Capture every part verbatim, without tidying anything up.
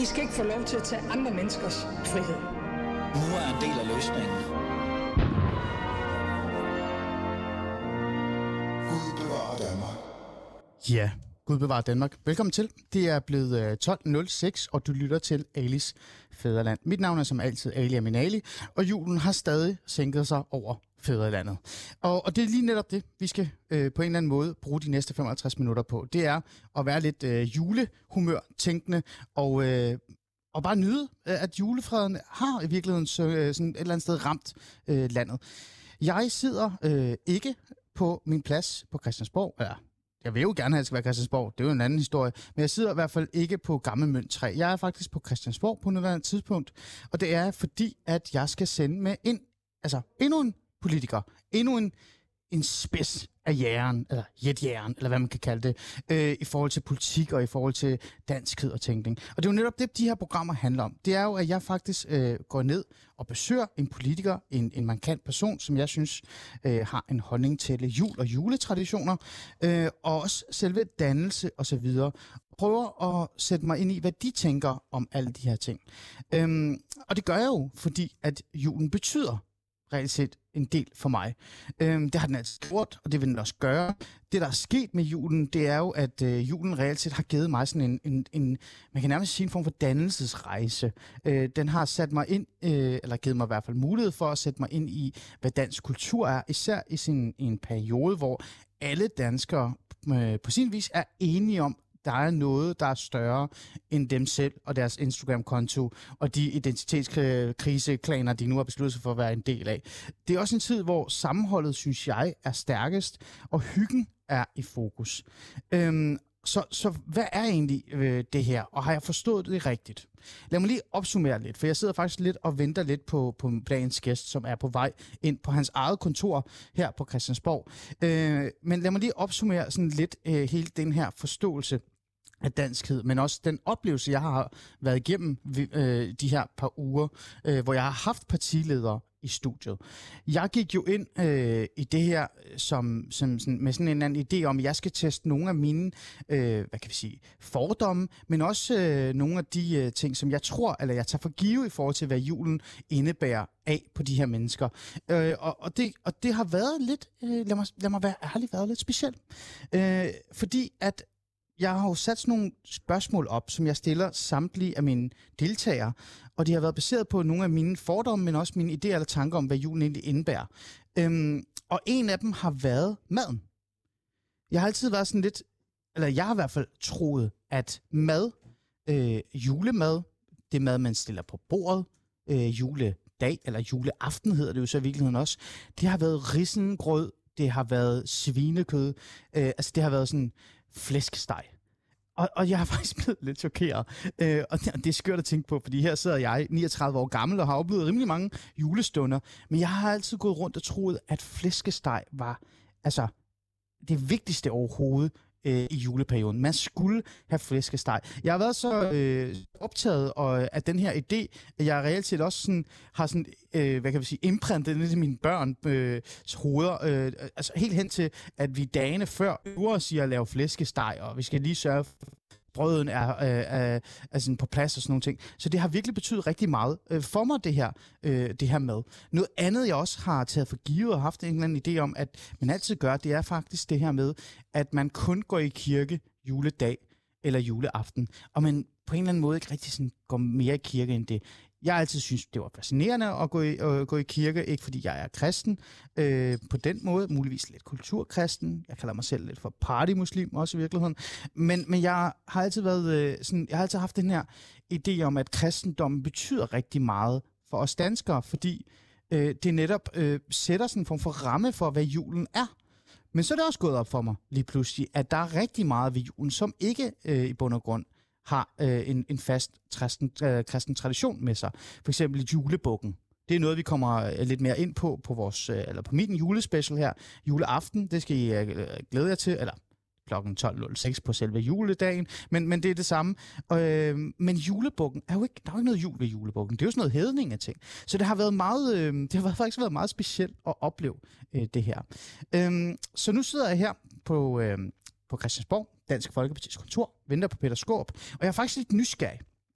I skal ikke få lov til at tage andre menneskers frihed. Nu er en del af løsningen. Gud bevarer Danmark. Ja, Gud bevarer Danmark. Velkommen til. Det er blevet tolv nul seks, og du lytter til Alis Fædreland. Mit navn er som altid Ali Aminali, og julen har stadig sænket sig over fædrelandet. Og, og det er lige netop det, vi skal øh, på en eller anden måde bruge de næste femoghalvtreds minutter på. Det er at være lidt øh, julehumør-tænkende og, øh, og bare nyde, at julefreden har i virkeligheden så, øh, sådan et eller andet sted ramt øh, landet. Jeg sidder øh, ikke på min plads på Christiansborg, eller jeg vil jo gerne have, at det skal være Christiansborg. Det er jo en anden historie. Men jeg sidder i hvert fald ikke på Gammel Mønt tre. Jeg er faktisk på Christiansborg på nuværende tidspunkt. Og det er fordi, at jeg skal sende med en, altså endnu en politiker. Endnu en, en spids af jæren, eller jetjæren, eller hvad man kan kalde det, øh, i forhold til politik og i forhold til danskhed og tænkning. Og det er jo netop det, de her programmer handler om. Det er jo, at jeg faktisk øh, går ned og besøger en politiker, en, en markant person, som jeg synes øh, har en holdning til jul og juletraditioner, øh, og også selve dannelse osv. Prøver at sætte mig ind i, hvad de tænker om alle de her ting. Øhm, og det gør jeg jo, fordi at julen betyder reelt set en del for mig. Øhm, det har den altid gjort, og det vil den også gøre. Det, der er sket med julen, det er jo, at øh, julen reelt set har givet mig sådan en, en, en, man kan nærmest sige en form for dannelsesrejse. Øh, den har sat mig ind, øh, eller givet mig i hvert fald mulighed for at sætte mig ind i, hvad dansk kultur er, især i, sin, i en periode, hvor alle danskere øh, på sin vis er enige om, der er noget, der er større end dem selv og deres Instagram-konto og de identitetskriseklaner, de nu har besluttet sig for at være en del af. Det er også en tid, hvor sammenholdet, synes jeg, er stærkest, og hyggen er i fokus. Øhm, så, så hvad er egentlig øh, det her, og har jeg forstået det rigtigt? Lad mig lige opsummere lidt, for jeg sidder faktisk lidt og venter lidt på, på dagens gæst, som er på vej ind på hans eget kontor her på Christiansborg. Øh, men lad mig lige opsummere sådan lidt øh, hele den her forståelse af danskhed, men også den oplevelse, jeg har været igennem øh, de her par uger, øh, hvor jeg har haft partiledere i studiet. Jeg gik jo ind øh, i det her som, som, sådan, med sådan en anden idé om, at jeg skal teste nogle af mine øh, hvad kan vi sige, fordomme, men også øh, nogle af de øh, ting, som jeg tror, eller jeg tager for give i forhold til, hvad julen indebærer af på de her mennesker. Øh, og, og, det, og det har været lidt, øh, lad, mig, lad mig være ærlig, været lidt specielt. Øh, fordi at jeg har jo sat sådan nogle spørgsmål op, som jeg stiller samtlige af mine deltagere, og de har været baseret på nogle af mine fordomme, men også mine idéer eller tanker om, hvad julen egentlig indebærer. Øhm, og en af dem har været maden. Jeg har altid været sådan lidt, eller jeg har i hvert fald troet, at mad, øh, julemad, det mad, man stiller på bordet, øh, juledag, eller juleaften hedder det jo så i virkeligheden også, det har været risengrød, det har været svinekød, øh, altså det har været sådan flæskesteg. Og, og jeg har faktisk blevet lidt chokeret. Øh, og det, det er skørt at tænke på, fordi her sidder jeg, niogtredive år gammel, og har oplevet rimelig mange julestunder. Men jeg har altid gået rundt og troet, at flæskesteg var altså det vigtigste overhovedet øh, i juleperioden. Man skulle have flæskesteg. Jeg har været så øh, optaget og, af den her idé, at jeg reelt set også sådan, har sådan, øh, hvad kan vi sige, imprintet lidt i mine børns øh, hoveder. Øh, altså helt hen til, at vi dagene før øver os i at lave flæskesteg, og vi skal lige sørge for, brøden er, øh, er, er sådan på plads og sådan nogle ting. Så det har virkelig betydet rigtig meget øh, for mig, det her, øh, det her mad. Noget andet, jeg også har taget for givet og haft en eller anden idé om, at man altid gør, det er faktisk det her med, at man kun går i kirke juledag eller juleaften, og man på en eller anden måde ikke rigtig sådan går mere i kirke end det. Jeg har altid synes det var fascinerende at gå i, øh, gå i kirke, ikke fordi jeg er kristen øh, på den måde, muligvis lidt kulturkristen. Jeg kalder mig selv lidt for partymuslim også i virkeligheden. Men, men jeg har altid været øh, sådan, jeg har altid haft den her idé om, at kristendommen betyder rigtig meget for os danskere, fordi øh, det netop øh, sætter sådan en form for ramme for, hvad julen er. Men så er det også gået op for mig lige pludselig, at der er rigtig meget ved julen, som ikke øh, i bund og grund har øh, en, en fast kristen, øh, kristen tradition med sig. For eksempel julebukken. Det er noget, vi kommer øh, lidt mere ind på på vores øh, eller på min julespecial her, juleaften. Det skal I øh, glæde jer til, eller klokken tolv nul seks på selve juledagen, men, men det er det samme. Øh, men julebukken er jo ikke, der er jo ikke noget jul ved julebukken. Det er jo sådan noget hædning af ting. Så det har været meget, øh, det har faktisk været meget specielt at opleve øh, det her. Øh, så nu sidder jeg her på øh, på Christiansborg, Dansk Folkepartis kontor, venter på Peter Skaarup, og jeg er faktisk lidt nysgerrig.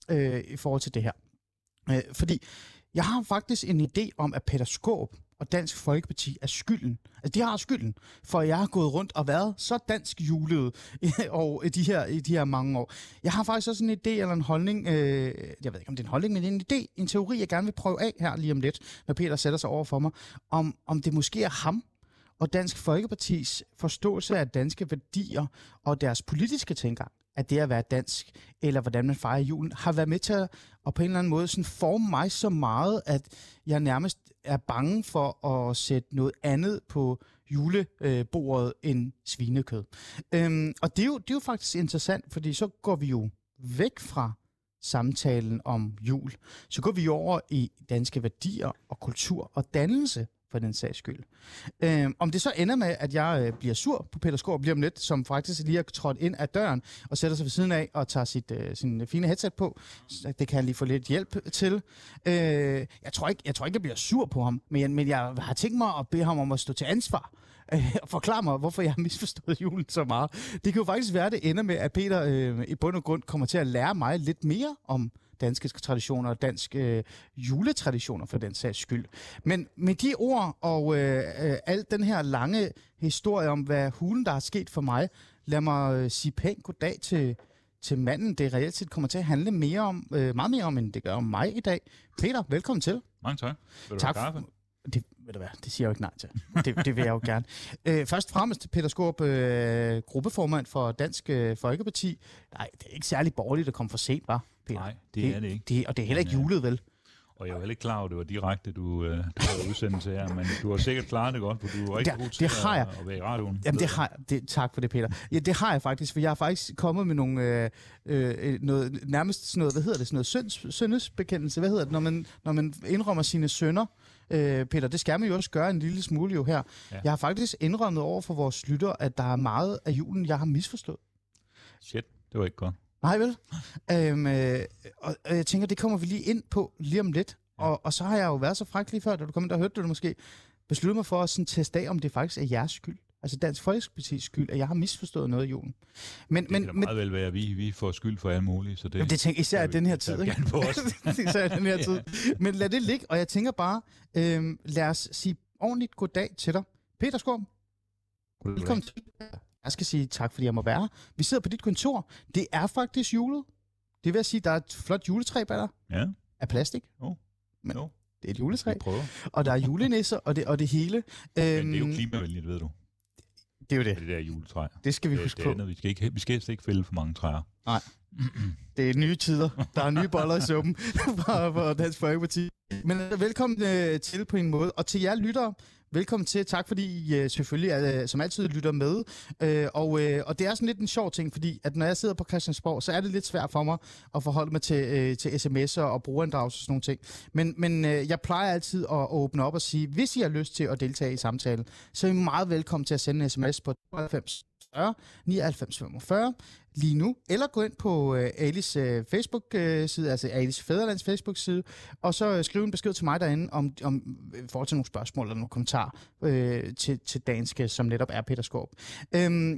øh, i forhold til det her. Øh, fordi jeg har faktisk en idé om, at Peter Skaarup og Dansk Folkeparti er skylden. Altså, de har skylden, for jeg har gået rundt og været så dansk julet og i de her, i de her mange år. Jeg har faktisk også en idé eller en holdning, øh, jeg ved ikke, om det er en holdning, men en idé, en teori, jeg gerne vil prøve af her lige om lidt, når Peter sætter sig over for mig, om, om det måske er ham og Dansk Folkepartis forståelse af danske værdier og deres politiske tilgang, at det at være dansk, eller hvordan man fejrer julen, har været med til at, at på en eller anden måde sådan forme mig så meget, at jeg nærmest er bange for at sætte noget andet på julebordet end svinekød. Øhm, og det er, jo, det er jo faktisk interessant, fordi så går vi jo væk fra samtalen om jul. Så går vi over i danske værdier og kultur og dannelse, for den sags skyld. Øhm, om det så ender med, at jeg øh, bliver sur på Peter Skaarup lige om lidt, som faktisk lige har trådt ind ad døren og sætter sig ved siden af og tager sit øh, sin fine headset på. Så det kan jeg lige få lidt hjælp til. Øh, jeg, tror ikke, jeg tror ikke, jeg bliver sur på ham, men jeg, men jeg har tænkt mig at bede ham om at stå til ansvar øh, og forklare mig, hvorfor jeg har misforstået julen så meget. Det kan jo faktisk være, at det ender med, at Peter øh, i bund og grund kommer til at lære mig lidt mere om danske traditioner og danske øh, juletraditioner for den sags skyld. Men med de ord og øh, øh, al den her lange historie om, hvad hulen der er sket for mig, lad mig øh, sige pænt goddag til, til manden, det reelt set kommer til at handle mere om, øh, meget mere om, end det gør om mig i dag. Peter, velkommen til. Mange tak. Vil du tak have kaffe? Det, ved du hvad, det siger jeg jo ikke nej til. Det, det vil jeg jo gerne. Øh, først og fremmest Peter Skaarup, øh, gruppeformand for Dansk øh, Folkeparti. Nej, det er ikke særlig borgerligt at komme for sent, var Peter? Nej, det, det er det ikke. Det, og det er heller ikke julet, vel? Og jeg var heller ikke klar over, at det var direkte, du, øh, du havde udsendt til her, men du har sikkert klaret det godt, for du er rigtig det, god til det har jeg. at, at være i radioen. Jamen, det har jeg. Det, tak for det, Peter. Ja, det har jeg faktisk, for jeg har faktisk kommet med nogle, øh, øh, noget, nærmest sådan noget, hvad hedder det, sådan noget synds, syndesbekendelse, hvad hedder det, når man, når man indrømmer sine synder. Øh, Peter, det skal man jo også gøre en lille smule jo her. Ja. Jeg har faktisk indrømmet over for vores lytter, at der er meget af julen, jeg har misforstået. Shit, det var ikke godt. Nej vel? Øhm, øh, og, og jeg tænker, det kommer vi lige ind på lige om lidt. Ja. Og, og så har jeg jo været så fræk lige før, da du kom ind, der hørte du det måske, beslutte mig for at sådan teste af, om det faktisk er jeres skyld. Altså Dansk Folkepartis skyld, at jeg har misforstået noget i julen. Men, det men, kan da meget vel være, at vi, vi får skyld for alt muligt. Så det, jamen, det tænker især i den her tid. Ikke? På os. især i den her tid. Men lad det ligge, og jeg tænker bare, øhm, lad os sige ordentligt goddag til dig. Peter Skaarup, velkommen til. Jeg skal sige tak, fordi jeg må være her. Vi sidder på dit kontor. Det er faktisk julet. Det vil sige, der er et flot juletræ bag dig. Ja. Af plastik. Jo. Oh. Men oh. det er et juletræ. Vi prøver. Og der er julenisser, og det, og det hele. Men det er jo klimavenligt, ved du. Det er jo det. Det der juletræ. Det skal vi det, huske det på. Andet, vi skal ikke, vi skal ikke fælde for mange træer. Nej. Det er nye tider. Der er nye boller i suppen fra, fra Dansk Folkeparti. Men velkommen øh, til på en måde. Og til jer lyttere, velkommen til. Tak fordi I øh, selvfølgelig øh, som altid lytter med. Øh, og, øh, og det er sådan lidt en sjov ting, fordi at når jeg sidder på Christiansborg, så er det lidt svært for mig at forholde mig til, øh, til sms'er og brugerinddragelse og sådan nogle ting. Men, men øh, jeg plejer altid at åbne op og sige, hvis I har lyst til at deltage i samtalen, så er I meget velkommen til at sende en sms på tooghalvfems fyrre nioghalvfems femogfyrre lige nu, eller gå ind på øh, Alis øh, Facebook-side, altså Alis Fædrelands Facebook-side, og så øh, skrive en besked til mig derinde om, om øh, forhold til nogle spørgsmål eller nogle kommentarer øh, til, til dagens gæst, som netop er Peter Skaarup. Øhm,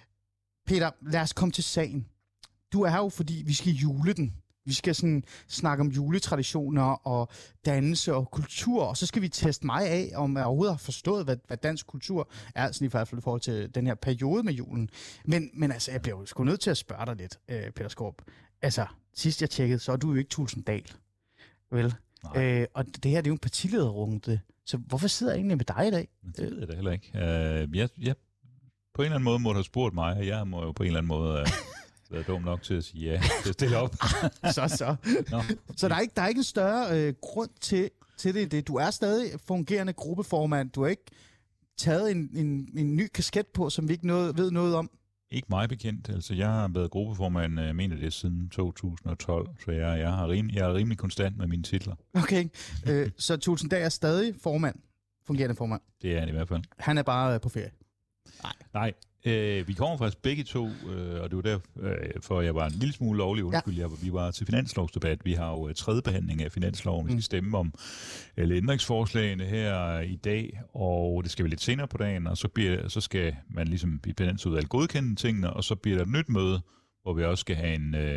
Peter, lad os komme til sagen. Du er her jo, fordi vi skal jule den. Vi skal sådan snakke om juletraditioner og dannelse og kultur, og så skal vi teste mig af, om jeg overhovedet har forstået, hvad, hvad dansk kultur er, sådan i hvert fald i forhold til den her periode med julen. Men, men altså, jeg bliver jo sgu nødt til at spørge dig lidt, øh, Peter Skaarup. Altså, sidst jeg tjekkede, så er du jo ikke Tulsendal. Vel? Øh, og det her, det er jo en partilederrunde. Så hvorfor sidder jeg egentlig med dig i dag? Det ved jeg da heller ikke. Uh, jeg, jeg, på en eller anden måde må du have spurgt mig, og jeg må jo på en eller anden måde... Uh, været dum nok til at sige ja, til at stille op. så, så. Nå. Så der er ikke, der er ikke en større øh, grund til, til det, det. Du er stadig fungerende gruppeformand. Du har ikke taget en, en, en ny kasket på, som vi ikke noget, ved noget om. Ikke mig bekendt. Altså, jeg har været gruppeformand, jeg mener det, siden to tusind og tolv, så jeg, jeg, har rim, jeg er rimelig konstant med mine titler. Okay, øh, så Tulsendal er stadig formand, fungerende formand. Det er han i hvert fald. Han er bare øh, på ferie. Nej. Nej. Øh, vi kommer faktisk begge to, øh, og det var derfor, øh, jeg var en lille smule lovlig undskyld. Ja. Vi var til finanslovsdebat. Vi har jo uh, tredje behandling af finansloven. Vi skal stemme om uh, ændringsforslagene her i dag, og det skal vi lidt senere på dagen, og så, bliver, så skal man ligesom i finansudvalget godkende tingene, og så bliver der et nyt møde, hvor vi også skal have en, øh,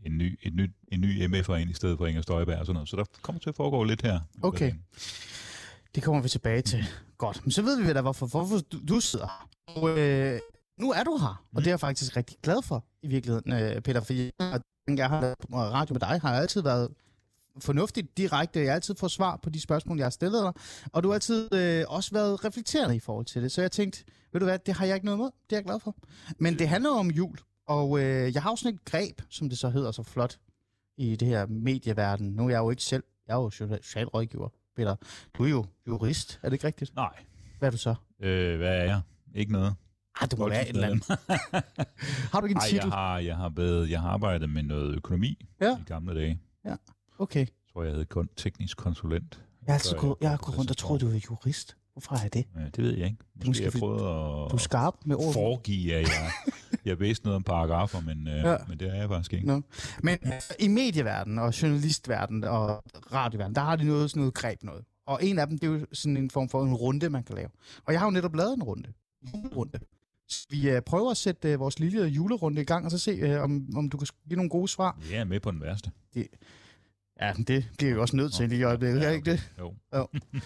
en ny, et ny, en ny M F'er ind i stedet for Inger Støjberg og sådan noget. Så der kommer til at foregå lidt her. Okay. Det kommer vi tilbage til. Godt. Men så ved vi da, hvorfor, hvorfor du, du sidder her. Og, øh, nu er du her, og det er jeg faktisk rigtig glad for i virkeligheden, øh, Peter. Fordi jeg har lavet radio med dig, har altid været fornuftigt, direkte. Jeg har altid fået svar på de spørgsmål, jeg har stillet dig. Og du har altid øh, også været reflekterende i forhold til det. Så jeg tænkte, ved du hvad, det har jeg ikke noget imod. Det er jeg glad for. Men det handler om jul. Og øh, jeg har jo sådan et greb, som det så hedder så flot, i det her medieverden. Nu er jeg jo ikke selv, jeg er jo socialrådgiver, Peter. Du er jo jurist, er det ikke rigtigt? Nej. Hvad er du så? Øh, hvad er jeg? Ikke noget. Ah, du må være et eller andet. Har du ikke en Ej, titel? jeg har, jeg, har været, jeg har arbejdet med noget økonomi ja. i gamle dage. Ja, okay. Jeg tror, jeg hed kun teknisk konsulent. Jeg har altid gået, jeg har gået rundt og troet, du var jurist. Hvorfor er det? Ja, det ved jeg ikke. Måske, Måske jeg prøvede at du er skarp med ord. foregive, at jeg, jeg vidste noget om paragrafer, men, øh, ja. men det er jeg faktisk ikke. No. Men øh, i medieverdenen og journalistverdenen og radioverdenen, der har de noget sådan noget greb noget. Og en af dem, det er jo sådan en form for en runde, man kan lave. Og jeg har jo netop lavet en runde. runde. Vi øh, prøver at sætte øh, vores lille julerunde i gang, og så se, øh, om, om du kan give nogle gode svar. Jeg er med på den værste. Det, ja, det bliver jo også nødt til lige i øjeblikket, ja, okay. Ikke det? Jo. jo.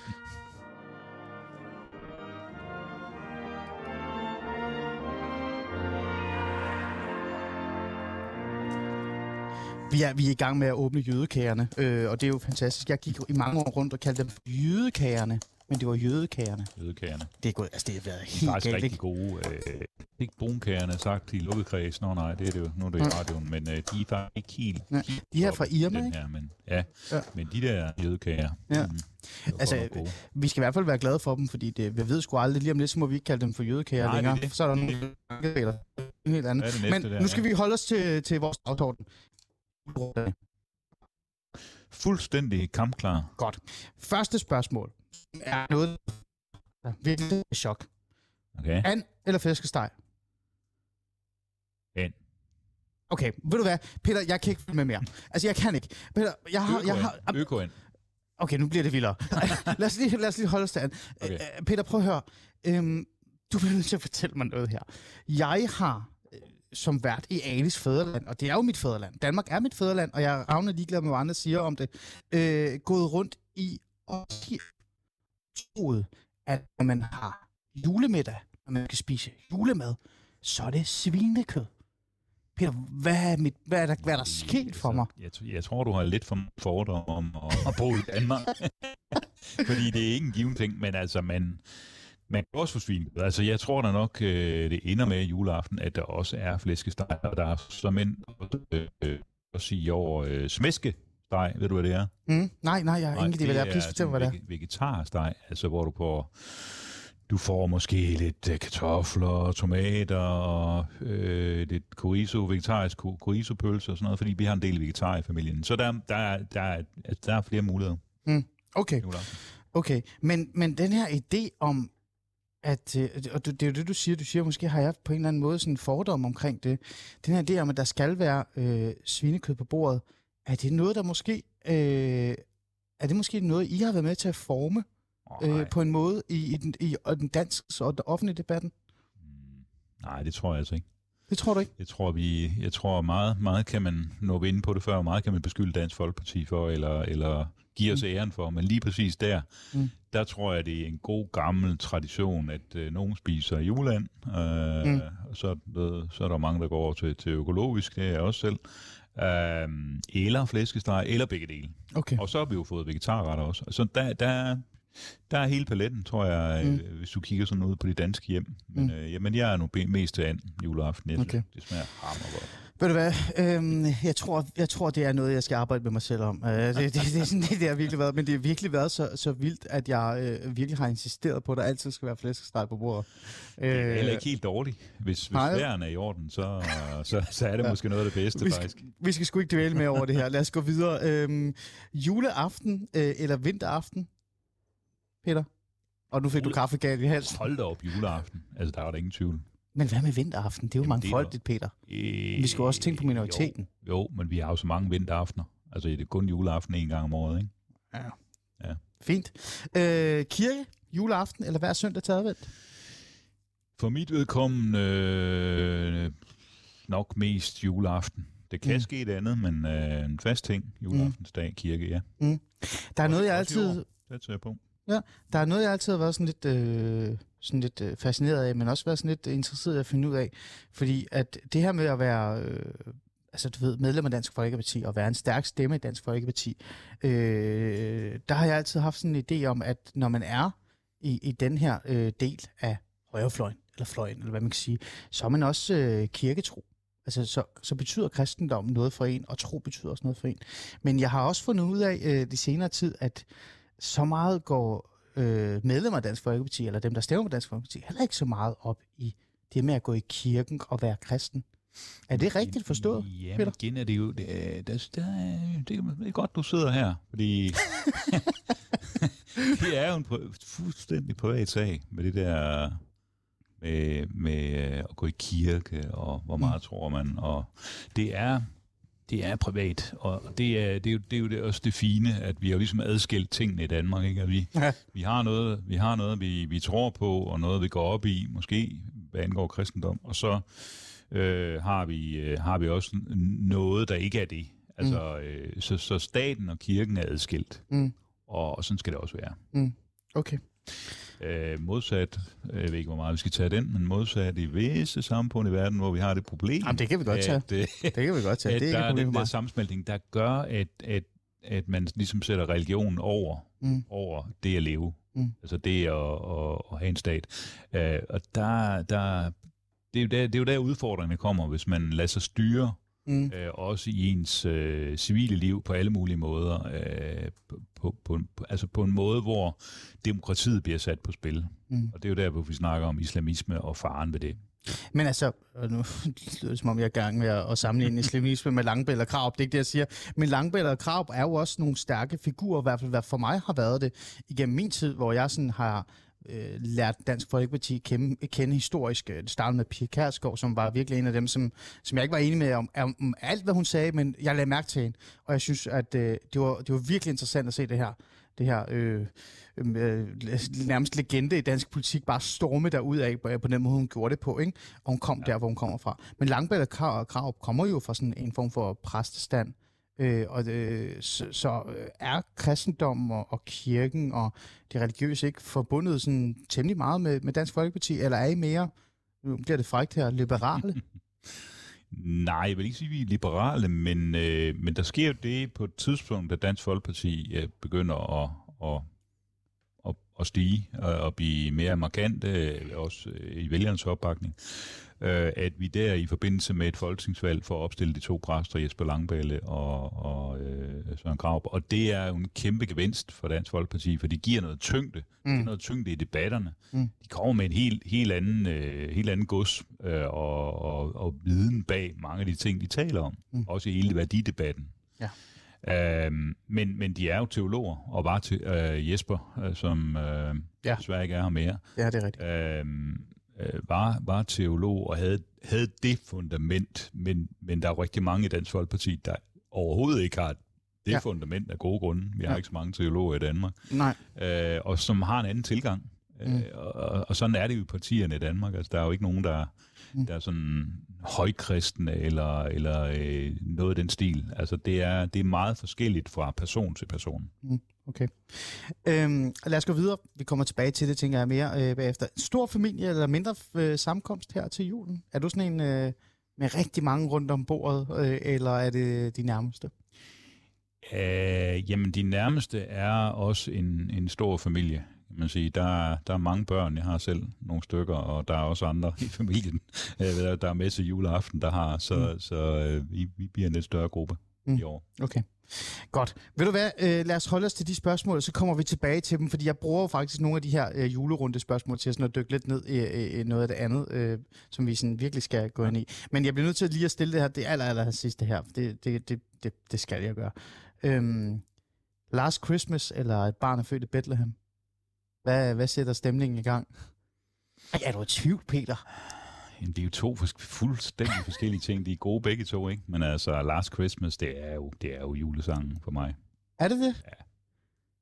Vi er, vi er i gang med at åbne jødekagerne, øh, og det er jo fantastisk. Jeg gik i mange år rundt og kaldte dem jødekagerne, men det var jødekagerne. Jødekagerne. Det er gået, altså det har været helt galt. Det er faktisk galt, rigtig gode. Øh, ikke brunkagerne sagt i lukket kreds. Nå nej, det er det jo. Nu er det i radioen, men øh, de er faktisk ikke helt... Ja. De her fra Irma, ikke? Her, men, ja. ja, men de der jødekager... Ja. Mm, altså, vi skal i hvert fald være glade for dem, fordi det, vi ved sgu aldrig, lige om lidt, så må vi ikke kalde dem for jødekager længere. Det det. Så er der nogle regler. Helt andet. Det næste, men der, nu skal ja. vi holde os til, til vores dagsorden. Fuldstændig kampklar. Godt. Første spørgsmål er noget, der virkelig er chok. Okay. And eller flæskesteg? And. Okay, ved du hvad? Peter, jeg kan ikke følge med mere. Altså, jeg kan ikke. Peter, jeg har... Øko-and. Jeg har Øko-and. Okay, nu bliver det vildere. lad, os lige, lad os lige holde os til an. Okay. Peter, prøv at høre. Øhm, du bliver nødt til at fortælle mig noget her. Jeg har som vært i Alis fædreland, og det er jo mit fædreland. Danmark er mit fædreland, og jeg er ravne ligeglad med, hvad andre siger om det. Øh, gået rundt i og troet, at når man har julemiddag, og man skal spise julemad, så er det svinekød. Peter, hvad er, mit, hvad er, der, hvad er der sket for mig? Jeg, jeg tror, du har lidt for fordom om at, at bo i Danmark. Fordi det er ikke en given ting, men altså, man... Man kan også få svinekød. Altså, jeg tror da nok, øh, det ender med juleaften, at der også er flæskesteg, og der er som en øh, øh, at sige over øh, smæskesteg. Ved du, hvad det er? Mm, nej, nej, jeg har ingen idé, hvad det er. Please fortæl mig, hvad det er. Vegetarsteg, altså hvor du får, du får måske lidt øh, kartofler, tomater og øh, lidt chorizo, vegetarisk chorizo-pølse og sådan noget, fordi vi har en del vegetar i familien. Så der, der, er, der, er, altså, der er flere muligheder. Mm, okay. Okay, men, men den her idé om, at, og det er jo det, du siger, du siger, måske har jeg på en eller anden måde sådan en fordom omkring det. Den her idé om, at der skal være øh, svinekød på bordet, er det noget, der måske, øh, er det måske noget, I har været med til at forme oh, øh, på en måde i, i, den, i den danske og den offentlige debatten? Mm, nej, det tror jeg altså ikke. Det tror du ikke? Jeg tror, vi, jeg tror meget, meget kan man nå inde på det før, og meget kan man beskylde Dansk Folkeparti for, eller, eller give os mm. æren for. Men lige præcis der, mm. der tror jeg, det er en god gammel tradition, at øh, nogen spiser juleand, øh, mm. og så, øh, så er der mange, der går over til, til økologisk, det er jeg også selv, øh, eller flæskesteg, eller begge dele. Okay. Og så har vi jo fået vegetarretter også. Så der, der, der er hele paletten, tror jeg, mm. øh, hvis du kigger sådan ud på de danske hjem. Men, mm. øh, jamen, jeg er nu mest til and juleaften. Jeg okay. synes, det smager hammergodt. Ved du hvad? Øhm, jeg, tror, jeg tror, det er noget, jeg skal arbejde med mig selv om. Uh, det, det, det, det er sådan, det, det har virkelig været. Men det har virkelig været så, så vildt, at jeg øh, virkelig har insisteret på, at der altid skal være flæskesteg på bordet. Det er heller ikke helt dårligt. Hvis, hvis vejren er i orden, så, så, så er det ja. måske noget af det bedste, vi skal, faktisk. Vi skal sgu ikke dvæle med over det her. Lad os gå videre. Øhm, juleaften øh, eller vinteraften, Peter? Og nu fik Jule... du kaffegalt i halsen. Hold da op, juleaften. Altså, der er der ingen tvivl. Men hvad med vinteraften? Det er jo mangfoldigt, Peter. Øh, vi skal også tænke på minoriteten. Jo, jo, men vi har jo så mange vinteraftener. Altså, det er kun juleaften en gang om året, ikke? Ja. Ja. Fint. Øh, kirke, juleaften, eller hver søndag til advent? For mit vedkommende øh, nok mest juleaften. Det Det kan Mm. ske det andet, men øh, en fast ting, juleaftensdag, kirke, ja. Mm. Der er Og- noget, jeg også i altid... år. Det tager jeg på. Ja, der er noget, jeg altid har været sådan lidt, øh, sådan lidt øh, fascineret af, men også været sådan lidt interesseret i at finde ud af. Fordi at det her med at være øh, altså, du ved, medlem af Dansk Folkeparti og være en stærk stemme i Dansk Folkeparti, øh, der har jeg altid haft sådan en idé om, at når man er i, i den her øh, del af højrefløjen, eller fløjen, eller hvad man kan sige, så er man også øh, kirketro. Altså, så, så betyder kristendom noget for en, og tro betyder også noget for en. Men jeg har også fundet ud af øh, de senere tid, at så meget går øh, medlemmer af Dansk Folkeparti, eller dem, der stemmer på Dansk Folkeparti, heller ikke så meget op i det med at gå i kirken og være kristen. Er det rigtigt forstået, Ja, men Peter? igen er det jo... Det, er- der, der, er- det, er- det er godt, du sidder her, fordi... det er jo en pri- fuldstændig privat sag med det der... Med, med øh, at gå i kirke, og hvor meget mm. tror man. Og det er... Det er privat, og det er, det er jo, det er jo det, også det fine, at vi har jo ligesom adskilt tingene i Danmark, ikke? At vi, Ja. vi har noget, vi, har noget vi, vi tror på, og noget, vi går op i, måske, hvad angår kristendom, og så øh, har, vi, øh, har vi også noget, der ikke er det. Altså, øh, så, så staten og kirken er adskilt, Mm. og, og sådan skal det også være. Mm. Okay. Øh, modsat, jeg ved ikke, hvor meget vi skal tage den, men modsat i visse samfund i verden, hvor vi har det problem, Jamen, det kan vi godt tage. at, øh, Det kan vi godt tage. at Det er der ikke et er problem den for der mig. sammensmeltning, der gør, at, at, at man ligesom sætter religion over, Mm. over det at leve. Mm. Altså det at, at, at have en stat. Uh, og der, der, det, er jo der, det er jo der udfordringerne kommer, hvis man lader sig styre, Mm. uh, også i ens uh, civile liv på alle mulige måder. Uh, på, på, på, altså på en måde, hvor demokratiet bliver sat på spil. Mm. Og det er jo der, hvor vi snakker om islamisme og faren ved det. Men altså, og nu lyder det som om, jeg er i gang med at, at sammenligne islamisme med Langballe og Krarup. Det er ikke det, jeg siger. Men Langballe og Krarup er jo også nogle stærke figurer, i hvert fald hvad for mig har været det igennem min tid, hvor jeg sådan har øh, lært Dansk Folkeparti kende, kende historisk. Det startede med Pia Kjærsgaard, som var virkelig en af dem, som, som jeg ikke var enig med om, om, om alt, hvad hun sagde, men jeg lagde mærke til hende. Og jeg synes, at øh, det, var, det var virkelig interessant at se det her. Det her øh, øh, nærmest legende i dansk politik bare storme derud af på, på den måde, hun gjorde det på, ikke? Og hun kom ja. der, hvor hun kommer fra. Men Langballe og Krarup kommer jo fra sådan en form for præstestand. Øh, og øh, så, så er kristendom og, og kirken og det religiøse ikke forbundet sådan temmelig meget med, med Dansk Folkeparti, eller er I mere, nu bliver det frækt her, liberale? Nej, jeg vil ikke sige, at vi er liberale, men, øh, men der sker jo det på et tidspunkt, da Dansk Folkeparti øh, begynder at, at, at, at stige og at blive mere markante, øh, også øh, i vælgernes opbakning, øh, at vi der i forbindelse med et folketingsvalg får opstillet de to præster, Jesper Langballe og, og øh, Søren Krarup. Og det er jo en kæmpe gevinst for Dansk Folkeparti, for det giver noget tyngde. Mm. Det er noget tyngde i debatterne. Mm. De kommer med en helt, helt anden, øh, helt anden gods øh, og, og, og viden bag mange af de ting, de taler om. Mm. Også i hele værdidebatten. Ja. Øhm, men, men de er jo teologer, og var til øh, Jesper, øh, som øh, ja. desværre ikke er her mere. Ja, det er rigtigt. Øhm, øh, var, var teolog og havde, havde det fundament, men, men der er jo rigtig mange i Dansk Folkeparti, der overhovedet ikke har det ja. fundament af gode grunde. Vi har ja. ikke så mange teologer i Danmark. Nej. Øh, og som har en anden tilgang. Mm. Øh, og, og sådan er det jo i partierne i Danmark. Altså, der er jo ikke nogen, der, mm. der er sådan højkristne eller, eller øh, noget af den stil. Altså, det er, det er meget forskelligt fra person til person. Mm. Okay. Øhm, lad os gå videre. Vi kommer tilbage til det, tænker jeg mere øh, bagefter. Stor familie eller mindre øh, sammenkomst her til julen? Er du sådan en øh, med rigtig mange rundt om bordet, øh, eller er det de nærmeste? Øh, jamen, de nærmeste er også en, en stor familie. Man siger, der, der er mange børn, jeg har selv nogle stykker, og der er også andre i familien, der er med til juleaften, der har, så, mm. så øh, vi, vi bliver en lidt større gruppe mm. i år. Okay, godt. Ved du hvad, øh, lad os holde os til de spørgsmål, så kommer vi tilbage til dem, fordi jeg bruger jo faktisk nogle af de her øh, julerunde spørgsmål til sådan at dykke lidt ned i, i noget af det andet, øh, som vi sådan virkelig skal gå ind i. Men jeg bliver nødt til lige at stille det her, det aller, aller sidste her, det, det, det, det, det skal jeg gøre. Øhm, Last Christmas eller Et barn er født i Bethlehem? Hvad, hvad sætter stemningen i gang? Ej, er du i tvivl, Peter? Jamen, det er jo to fuldstændig forskellige ting. De er gode begge to, ikke? Men altså, Last Christmas, det er jo, det er jo julesangen for mig. Er det det? Ja.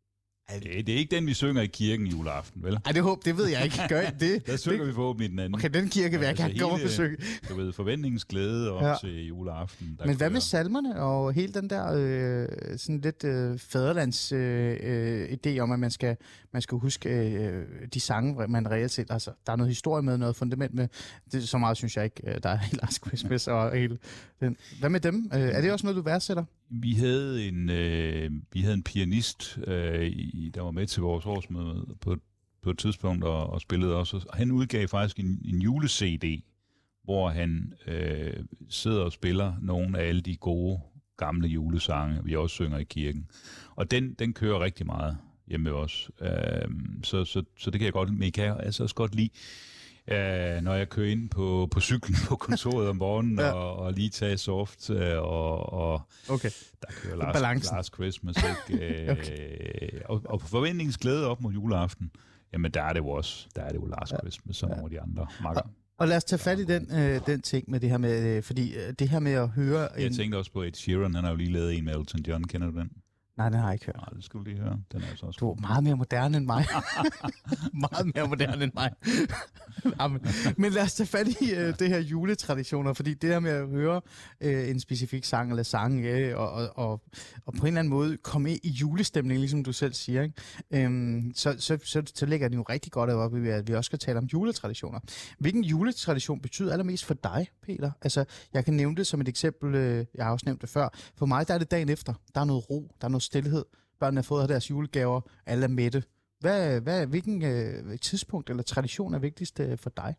Det, det er ikke den, vi synger i kirken juleaften, vel? Ej, det håb, det ved jeg ikke. Gør I det? Der synger det... vi forhåbentlig den anden. Okay, den kirke vil jeg gerne gå og besøge. Du ved, forventningens glæde op ja. til juleaften. Men hvad med salmerne og hele den der øh, sådan lidt øh, fædrelands øh, øh, idé om, at man skal, man skal huske øh, de sange, man reelt set, altså der er noget historie med, noget fundament med. Det, så meget synes jeg ikke, der er i Last Christmas og hele den. Hvad med dem? Øh, er det også noget, du værdsætter? Vi havde en, øh, vi havde en pianist, øh, i, der var med til vores årsmøde på, på et tidspunkt og, og spillede også. Han udgav faktisk en, en jule-C D, hvor han øh, sidder og spiller nogle af alle de gode gamle julesange, vi også synger i kirken. Og den, den kører rigtig meget hjemme med os. Øh, så, så, så det kan jeg godt, men jeg kan altså også godt lide, Uh, når jeg kører ind på, på cyklen på kontoret om morgenen ja. og, og lige tager soft uh, og, og okay. der kører Last, Last Christmas ikke? Uh, okay. og, og på forventningens glæde op mod juleaften, jamen der er det jo også, der er det jo Last ja. Christmas som ja. nogle af de andre makker. Og, og lad os tage fat i den, øh, den ting med det her med, øh, fordi øh, det her med at høre... Jeg en... tænkte også på Ed Sheeran, han har jo lige lavet en med Elton John, kender du den? Nej, den har jeg ikke hørt. Nej, det skulle du lige høre. Den er altså også du er meget mere moderne end mig. meget mere moderne end mig. Amen. Men lad os tage fat i uh, det her juletraditioner, fordi det her med at høre uh, en specifik sang eller sang, uh, og, og, og, og på en eller anden måde komme ind i julestemning, ligesom du selv siger, ikke? Um, så, så, så, så ligger det jo rigtig godt op, at vi også skal tale om juletraditioner. Hvilken juletradition betyder allermest for dig, Peter? Altså, jeg kan nævne det som et eksempel, uh, jeg har også nævnt det før. For mig, der er det dagen efter. Der er noget ro, der er noget stilhed. Børnene har fået deres julegaver, alle er mætte. Hvad, hvad, hvilken øh, tidspunkt eller tradition er vigtigst øh, for dig?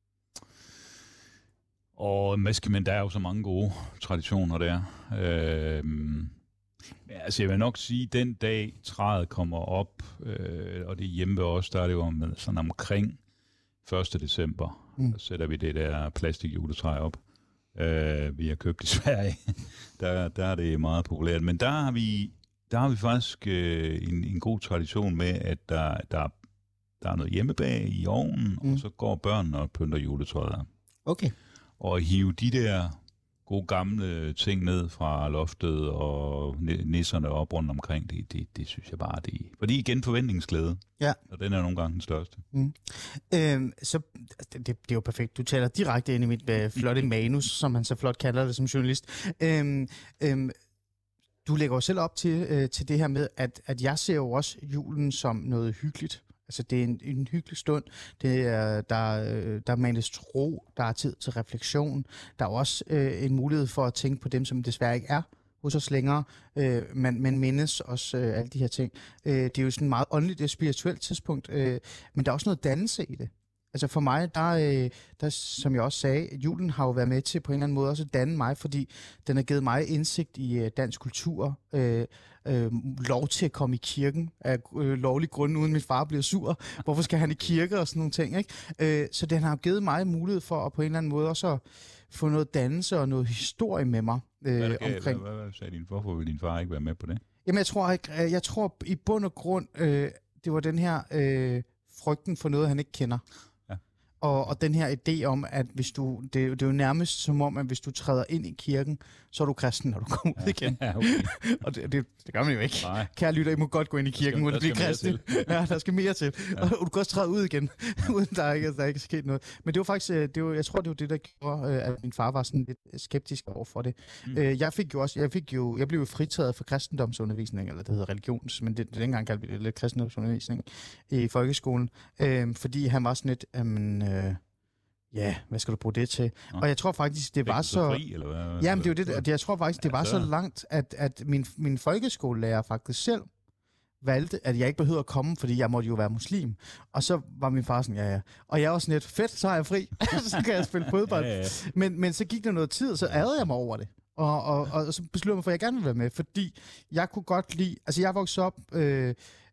Og maske, men der er jo så mange gode traditioner der. Øh, altså jeg vil nok sige, at den dag træet kommer op, øh, og det er hjemme ved os, der er det jo med, sådan omkring første december, mm. så sætter vi det der plastikjuletræ op. Øh, vi har købt i Sverige. der, der er det meget populært. Men der har vi Der har vi faktisk øh, en, en god tradition med, at der, der, der er noget hjemmebag i ovnen, mm. og så går børnene og pynter juletræet. Okay. Og hive de der gode gamle ting ned fra loftet og nisserne op rundt omkring, det, det, det synes jeg bare, det fordi igen forventningsglæde, ja. Og den er nogle gange den største. Mm. Øhm, så det, det er jo perfekt. Du taler direkte ind i mit øh, flotte manus, som han så flot kalder det som journalist. Øhm, øhm, Du lægger jo selv op til, øh, til det her med, at, at jeg ser jo også julen som noget hyggeligt. Altså, det er en, en hyggelig stund. Det er, der, der manes tro, der er tid til refleksion. Der er også øh, en mulighed for at tænke på dem, som desværre ikke er hos os længere. Øh, man, man mindes også øh, alle de her ting. Øh, det er jo sådan et meget åndeligt og spirituelt tidspunkt, øh, men der er også noget dannelse i det. Altså for mig, der, der, som jeg også sagde, julen har jo været med til på en eller anden måde også at danne mig, fordi den har givet mig indsigt i dansk kultur, øh, øh, lov til at komme i kirken af øh, lovlig grund, uden min far bliver sur. Hvorfor skal han i kirke og sådan nogle ting, ikke? Øh, så den har givet mig mulighed for at på en eller anden måde også at få noget dannelse og noget historie med mig. Øh, hvad, omkring. Hvad, hvad, hvad sagde din, hvorfor vil din far ikke være med på det? Jamen jeg tror, jeg, jeg tror i bund og grund, øh, det var den her øh, frygten for noget, han ikke kender. Og, og den her idé om, at hvis du, det, det er jo nærmest som om, at hvis du træder ind i kirken, så er du kristen, når du kommer ud igen. Ja, okay. Og det, det, det gør man jo ikke. Nej. Kære lytter, I må godt gå ind i kirken, uden at blive kristen. Ja, der skal mere til. Ja. Og du kan også træde ud igen, uden der ikke, der ikke er sket noget. Men det var faktisk, det var, jeg tror, det var det, der gjorde, at min far var sådan lidt skeptisk over for det. Mm. Jeg fik jo også, jeg fik jo, jeg blev jo fritaget for kristendomsundervisning, eller det hedder religions, men det, det dengang kaldte vi det lidt kristendomsundervisning i folkeskolen, øh, fordi han var sådan lidt, øh, Øh, ja, hvad skal du bruge det til? Nå. Og jeg tror faktisk, det var så... Fri, eller hvad? Jamen, det er jo det, jeg tror faktisk, det var så langt, at, at min, min folkeskolelærer faktisk selv valgte, at jeg ikke behøvede at komme, fordi jeg måtte jo være muslim. Og så var min far sådan, ja, ja. Og jeg var sådan lidt, fedt, så er jeg fri. Så kan jeg spille fodbold. Ja, ja. Men, men så gik der noget tid, og så ærede jeg mig over det. Og, og, og så besluttede jeg mig for, at jeg gerne ville være med, fordi jeg kunne godt lide... Altså, jeg voksede op... Øh,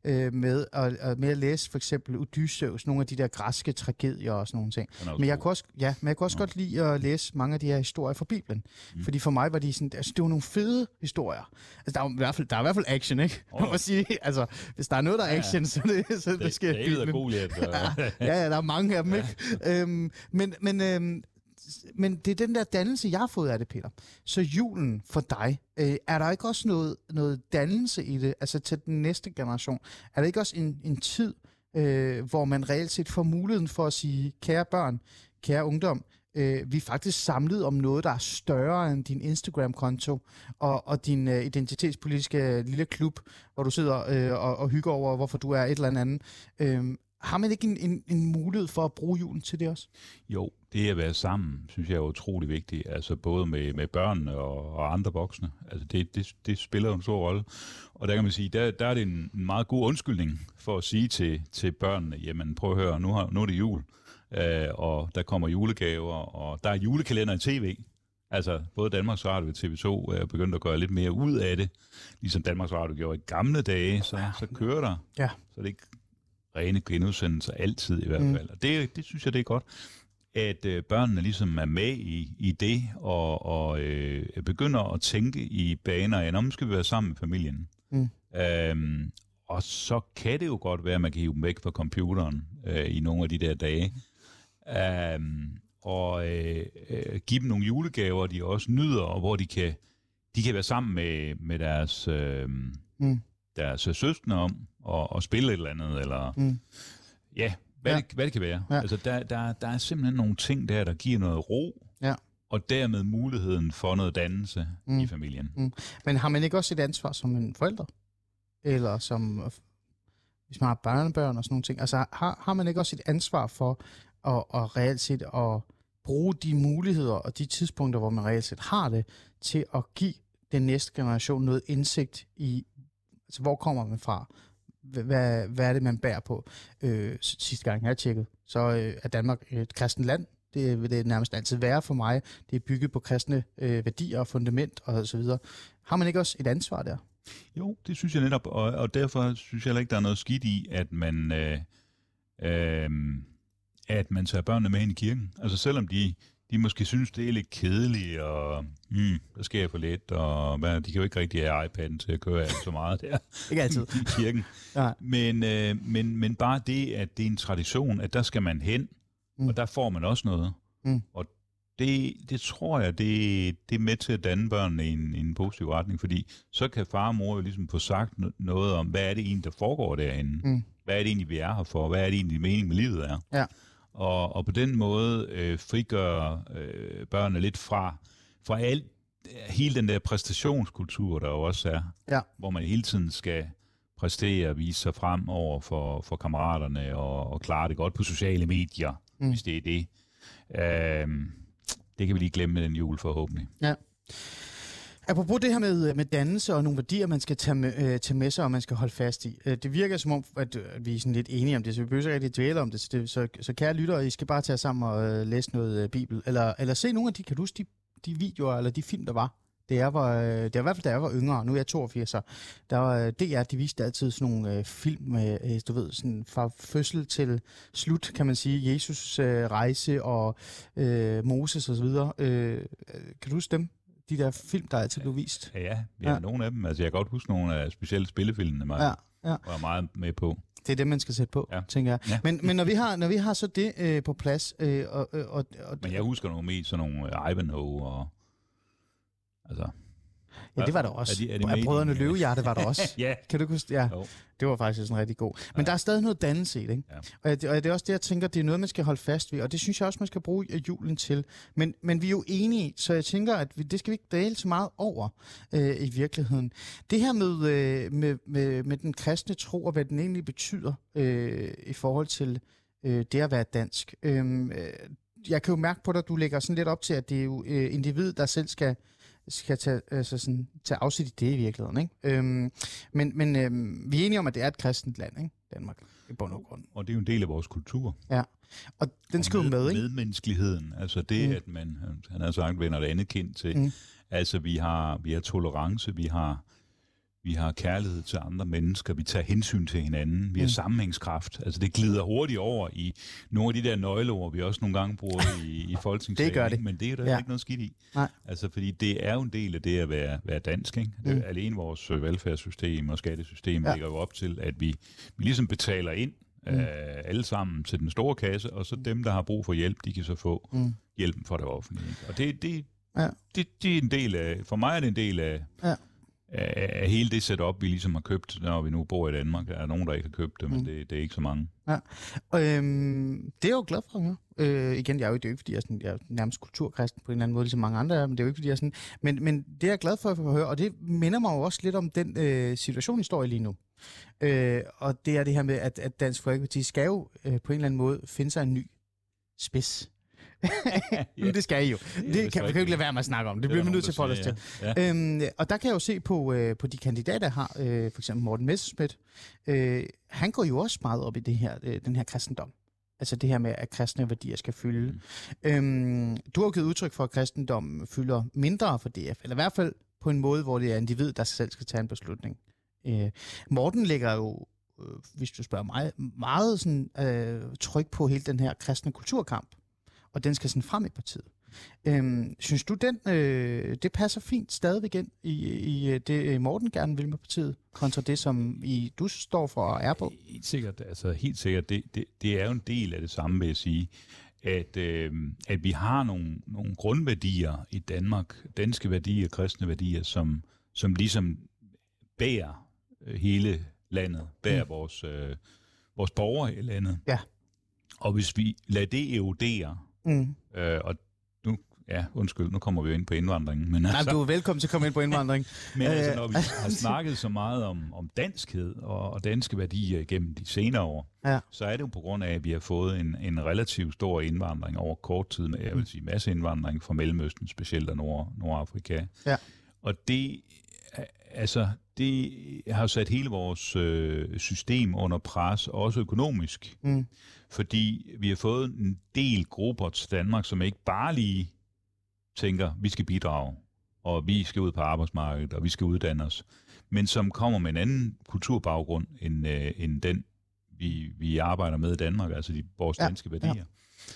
med at, med at læse for eksempel Odysseus, nogle af de der græske tragedier og sådan nogle ting. Men jeg kunne også, ja, men jeg kunne også ja. godt lide at læse mange af de her historier fra Bibelen. Mm. Fordi for mig var de sådan, altså, det var nogle fede historier. Altså, der er i hvert fald, der er i hvert fald action, ikke? Oh. Man må sige, altså, hvis der er noget, der er action, ja. så det, så det, det sker. David og Goliath. ja, ja, der er mange af dem, ikke? øhm, men men øhm, men det er den der dannelse, jeg har fået af det, Peter. Så julen for dig, øh, er der ikke også noget, noget dannelse i det, altså til den næste generation? Er der ikke også en, en tid, øh, hvor man reelt set får muligheden for at sige, kære børn, kære ungdom, øh, vi er faktisk samlet om noget, der er større end din Instagram-konto og, og din øh, identitetspolitiske lille klub, hvor du sidder øh, og, og hygger over, hvorfor du er et eller andet. Øh, har man ikke en, en, en mulighed for at bruge julen til det også? Jo, det at være sammen, synes jeg er utrolig vigtigt. Altså både med, med børnene og, og andre voksne. Altså det, det, det spiller jo en stor rolle. Og der kan man sige, der, der er det en, en meget god undskyldning for at sige til, til børnene, jamen prøv at høre, nu, har, nu er det jul, øh, og der kommer julegaver, og der er julekalender i tv. Altså både Danmarks Radio og T V to er begyndt at gøre lidt mere ud af det. Ligesom Danmarks Radio gjorde i gamle dage, så, så kører der. Ja. Så det er ikke rene genudsendelser altid i hvert fald. Mm. Og det, det synes jeg, det er godt, at øh, børnene ligesom er med i, i det, og, og øh, begynder at tænke i baner af, om skal vi være sammen med familien. Mm. Øhm, og så kan det jo godt være, at man kan hive dem væk fra computeren øh, i nogle af de der dage. Øhm, og øh, øh, give dem nogle julegaver, de også nyder, og hvor de kan, de kan være sammen med, med deres, øh, mm. deres søskende om, og, og spille et eller andet, eller mm. ja, hvad, ja. Det, hvad det kan være. Ja. Altså, der, der, der er simpelthen nogle ting der, der giver noget ro, ja. Og dermed muligheden for noget dannelse mm. i familien. Mm. Men har man ikke også et ansvar som en forælder? Eller som, hvis man har børnebørn og sådan nogle ting, altså har, har man ikke også et ansvar for at, at reelt set at bruge de muligheder og de tidspunkter, hvor man reelt set har det, til at give den næste generation noget indsigt i, altså hvor kommer man fra? Hvad, hvad er det, man bærer på? Øh, sidste gang jeg har tjekket, så øh, er Danmark et kristent land. Det vil det nærmest altid være for mig. Det er bygget på kristne øh, værdier og fundament og så videre. Har man ikke også et ansvar der? Jo, det synes jeg netop, og, og derfor synes jeg heller ikke, der er noget skidt i, at man, øh, øh, at man tager børnene med ind i kirken. Altså selvom de, de måske synes, det er lidt kedeligt, og mm, der sker for lidt, og hvad, de kan jo ikke rigtig have iPad'en til at køre så meget der. Ikke altid. I kirken. Ja. Men, øh, men, men bare det, at det er en tradition, at der skal man hen, mm. og der får man også noget. Mm. Og det, det tror jeg, det, det er med til at danne børnene i en, i en positiv retning, fordi så kan far og mor jo ligesom få sagt noget om, hvad er det egentlig, der foregår derinde? Mm. Hvad er det egentlig, vi er her for? Hvad er det egentlig, meningen med livet er? Ja. Og, og på den måde øh, frigør øh, børnene lidt fra, fra alt, hele den der præstationskultur, der jo også er, ja. Hvor man hele tiden skal præstere og vise sig frem over for, for kammeraterne og, og klare det godt på sociale medier, mm. hvis det er det. Øh, det kan vi lige glemme med den jul forhåbentlig. Ja. Apropos det her med, med dannelse og nogle værdier, man skal tage med, øh, tage med sig, og man skal holde fast i. Det virker som om, at, at vi er sådan lidt enige om det, så vi behøver ikke rigtig dvæle om det. Så, det, så, så kære lyttere, I skal bare tage sammen og øh, læse noget øh, bibel. Eller, eller se nogle af de, kan du huske de, de videoer eller de film, der var? Det er, var, det er i hvert fald, da jeg var yngre. Nu er jeg toogfirs, så der var D R, de viste altid sådan nogle øh, film med, øh, du ved, sådan fra fødsel til slut, kan man sige. Jesus øh, rejse og øh, Moses og så videre. Øh, kan du huske dem? De der film, der altid blev vist. Ja, ja, vi har ja. Nogle af dem. Altså, jeg kan godt huske nogle af specielle spillefilmene, mig ja, ja. var meget med på. Det er det, man skal sætte på, ja. Tænker jeg. Ja. Men, men når vi har, når vi har så det øh, på plads... Øh, og, og, og, men jeg husker nogle med sådan nogle øh, Ivanhoe og... Altså... Ja, det var der også. Er de, er de Brødrene Løvehjerte var der også. Ja. Kan du huske? Ja, jo. Det var faktisk sådan rigtig god. Men ja. Der er stadig noget dannelse i det, ikke? Ja. Og, det, og det er også det, jeg tænker, det er noget, man skal holde fast ved, og det synes jeg også, man skal bruge julen til. Men, men vi er jo enige, så jeg tænker, at vi, det skal vi ikke dale så meget over øh, i virkeligheden. Det her med, øh, med, med, med den kristne tro, og hvad den egentlig betyder øh, i forhold til øh, det at være dansk. Øh, jeg kan jo mærke på dig, at du lægger sådan lidt op til, at det er jo øh, individet, der selv skal skal tage, altså sådan, tage afsæt i det i virkeligheden. Ikke? Øhm, men men øhm, vi er enige om, at det er et kristent land, ikke? Danmark, i bund og grund. Og det er jo en del af vores kultur. Ja, og den skal jo med, med, ikke? Medmenneskeligheden, altså det, mm. at man, han har sagt, vender et andet kind til. Mm. Altså vi har, vi har tolerance, vi har, vi har kærlighed til andre mennesker, vi tager hensyn til hinanden, vi har mm. sammenhængskraft. Altså det glider hurtigt over i nogle af de der nøgleord, vi også nogle gange bruger i, i folketingssalen. Det gør det. Men det er der ja. Ikke noget skidt i. Nej. Altså fordi det er jo en del af det at være, være dansk. Ikke? Mm. Alene vores velfærdssystem og skattesystem ja. Ligger jo op til, at vi, vi ligesom betaler ind Mm. Øh, alle sammen til den store kasse, og så dem, der har brug for hjælp, de kan så få mm. hjælpen fra det offentlige. Ikke? Og det, det, ja. det, det er en del af, for mig er det en del af, ja. af, af hele det setup, vi ligesom har købt, når vi nu bor i Danmark. Der er nogen, der ikke har købt det, men mm. det, det er ikke så mange. Ja. Og, øhm, det er jeg jo glad for at høre. Øh, igen, jeg er jo, det er jo ikke, fordi jeg er, sådan, jeg er nærmest kulturkristen på en eller anden måde, ligesom mange andre er, men det er jo ikke, fordi jeg er sådan... Men, men det er jeg glad for at høre, og det minder mig jo også lidt om den øh, situation, vi står i lige nu. Øh, og det er det her med, at, at Dansk Folkeparti skal jo øh, på en eller anden måde finde sig en ny spids. Men det skal I jo. Det, det kan vi kan jo ikke lade være med at snakke om. Det, det bliver vi nødt til at forholde os til. Ja. Øhm, og der kan jeg jo se på, øh, på de kandidater, har, øh, for eksempel Morten Messerschmidt. Øh, han går jo også meget op i det her, øh, den her kristendom. Altså det her med, at kristne værdier skal fylde. Mm. Øhm, du har jo givet udtryk for, at kristendom fylder mindre for D F, eller i hvert fald på en måde, hvor det er individ, der selv skal tage en beslutning. Øh, Morten lægger jo, øh, hvis du spørger mig, meget sådan, øh, tryk på hele den her kristne kulturkamp, og den skal sådan frem i partiet. Øhm, synes du, den, øh, det passer fint stadigvæk ind i, i det, Morten gerne vil med partiet, kontra det, som I, du står for og er på? Helt sikkert. Altså, helt sikkert. Det, det, det er jo en del af det samme, vil jeg sige, at, øh, at vi har nogle, nogle grundværdier i Danmark, danske værdier, kristne værdier, som, som ligesom bærer hele landet, bærer mm. vores, øh, vores borgere i landet. Ja. Og hvis vi lader det erodere, mm. øh, og nu, ja, undskyld, nu kommer vi jo ind på indvandringen. Men altså, nej, du er velkommen til at komme ind på indvandring. Men altså, når vi har snakket så meget om, om danskhed og, og danske værdier gennem de senere år, ja. så er det jo på grund af, at vi har fået en, en relativt stor indvandring over kort tid, med, jeg vil sige masse indvandring fra Mellemøsten, specielt af Nord, Nordafrika. Ja. Og det, altså, det har sat hele vores øh, system under pres, også økonomisk. Mm. Fordi vi har fået en del grupper til Danmark, som ikke bare lige tænker, vi skal bidrage, og vi skal ud på arbejdsmarkedet, og vi skal uddanne os, men som kommer med en anden kulturbaggrund, end, øh, end den, vi, vi arbejder med i Danmark, altså de, vores ja. danske værdier.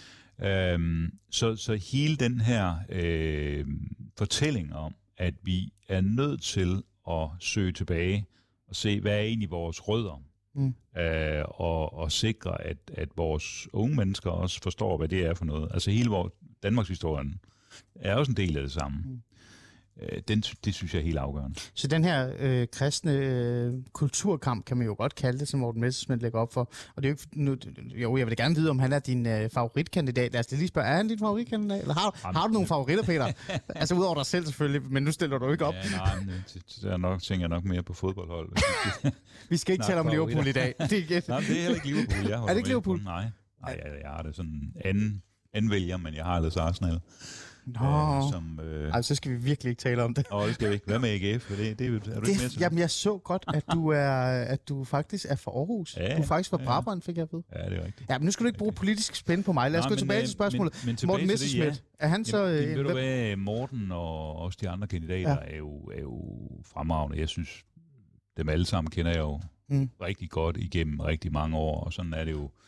Ja. Øhm, så, så hele den her øh, fortælling om, at vi er nødt til at søge tilbage og se, hvad er egentlig vores rødder, mm. øh, og, og sikre, at, at vores unge mennesker også forstår, hvad det er for noget. Altså hele vores Danmarks historien er også en del af det samme. Mm. Øh, den, det synes jeg er helt afgørende. Så den her øh, kristne øh, kulturkamp, kan man jo godt kalde det, som Morten Messerschmidt lægger op for. Og det er jo ikke, nu, jo, jeg vil da gerne vide, om han er din øh, favoritkandidat. Altså, det lige spørge, er han din favoritkandidat? Eller har, Jamen, har du nogle favoritter, Peter? Altså, udover dig selv selvfølgelig, men nu stiller du ikke op. Ja, nej, men der nok, tænker jeg nok mere på fodboldhold. Vi skal ikke tale om Liverpool i dag. Det er, nej, det er heller ikke Liverpool. Jeg er det ikke Liverpool? Nej, nej jeg, jeg har det sådan anden, anden vælger, men jeg har ellers Arsenal. Nå, øh, som, øh... altså, så skal vi virkelig ikke tale om det. Åh, det skal vi ikke. Hvad med A G F? Det, det, er du det, ikke mere til? Jamen, jeg så godt, at du, er, at du faktisk er fra Aarhus. Ja, du er faktisk fra ja, Brabrand, fik jeg at vide. Ja, det er rigtigt. Ja, men nu skal du ikke bruge politisk spænd på mig. Lad os Nå, gå men, tilbage til spørgsmålet. Men, men tilbage Morten Messerschmidt, ja. er han så... Jamen, øh, ved du hvad, Morten og også de andre kandidater ja. er, jo, er jo fremragende. Jeg synes, dem alle sammen kender jeg jo mm. rigtig godt igennem rigtig mange år, og sådan er det jo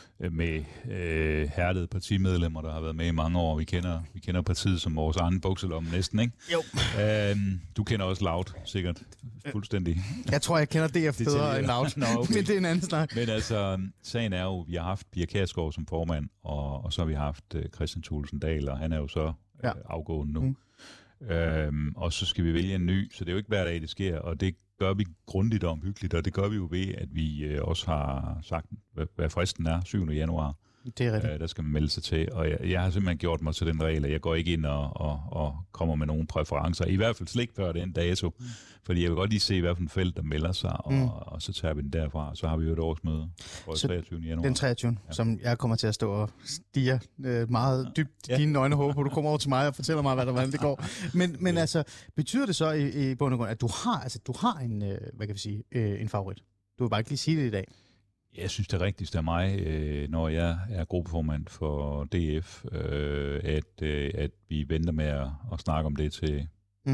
med øh, hærdede partimedlemmer, der har været med i mange år. Vi kender, vi kender partiet som vores egen bukselomme næsten, ikke? Jo. Øhm, du kender også Loud, sikkert. Fuldstændig. Jeg tror, jeg kender D F bedre end Loud. Nå, okay. Men det er en anden snak. Men altså, sagen er jo, vi har haft Pia Kjærsgaard som formand, og, og så har vi haft uh, Kristian Thulesen Dahl, og han er jo så uh, ja. afgående nu. Mm. Øhm, og så skal vi vælge en ny, så det er jo ikke hver dag, det sker, og det gør vi grundigt og omhyggeligt, og det gør vi jo ved, at vi øh, også har sagt, hvad, hvad fristen er, syvende januar. Det er rigtigt. Øh, der skal man melde sig til, og jeg, jeg har simpelthen gjort mig til den regel, at jeg går ikke ind og, og, og kommer med nogle præferencer, i hvert fald slet ikke før den dato, mm. fordi jeg vil godt lige se, hvad for en felt, der melder sig, og, mm. og så tager vi den derfra, så har vi jo et årsmøde på treogtyvende januar. Den treogtyvende, ja. Som jeg kommer til at stå og stige øh, meget dybt ja. dine øjne håber på, du kommer over til mig og fortæller mig, hvad der hvordan det går. Men, men ja. altså, betyder det så i, i bund og grund, at du har, altså, du har en, øh, hvad kan vi sige, øh, en favorit? Du vil bare ikke lige sige det i dag. Jeg synes, det rigtigste er mig, øh, når jeg er gruppeformand for D F, øh, at, øh, at vi venter med at, at snakke om det til, mm.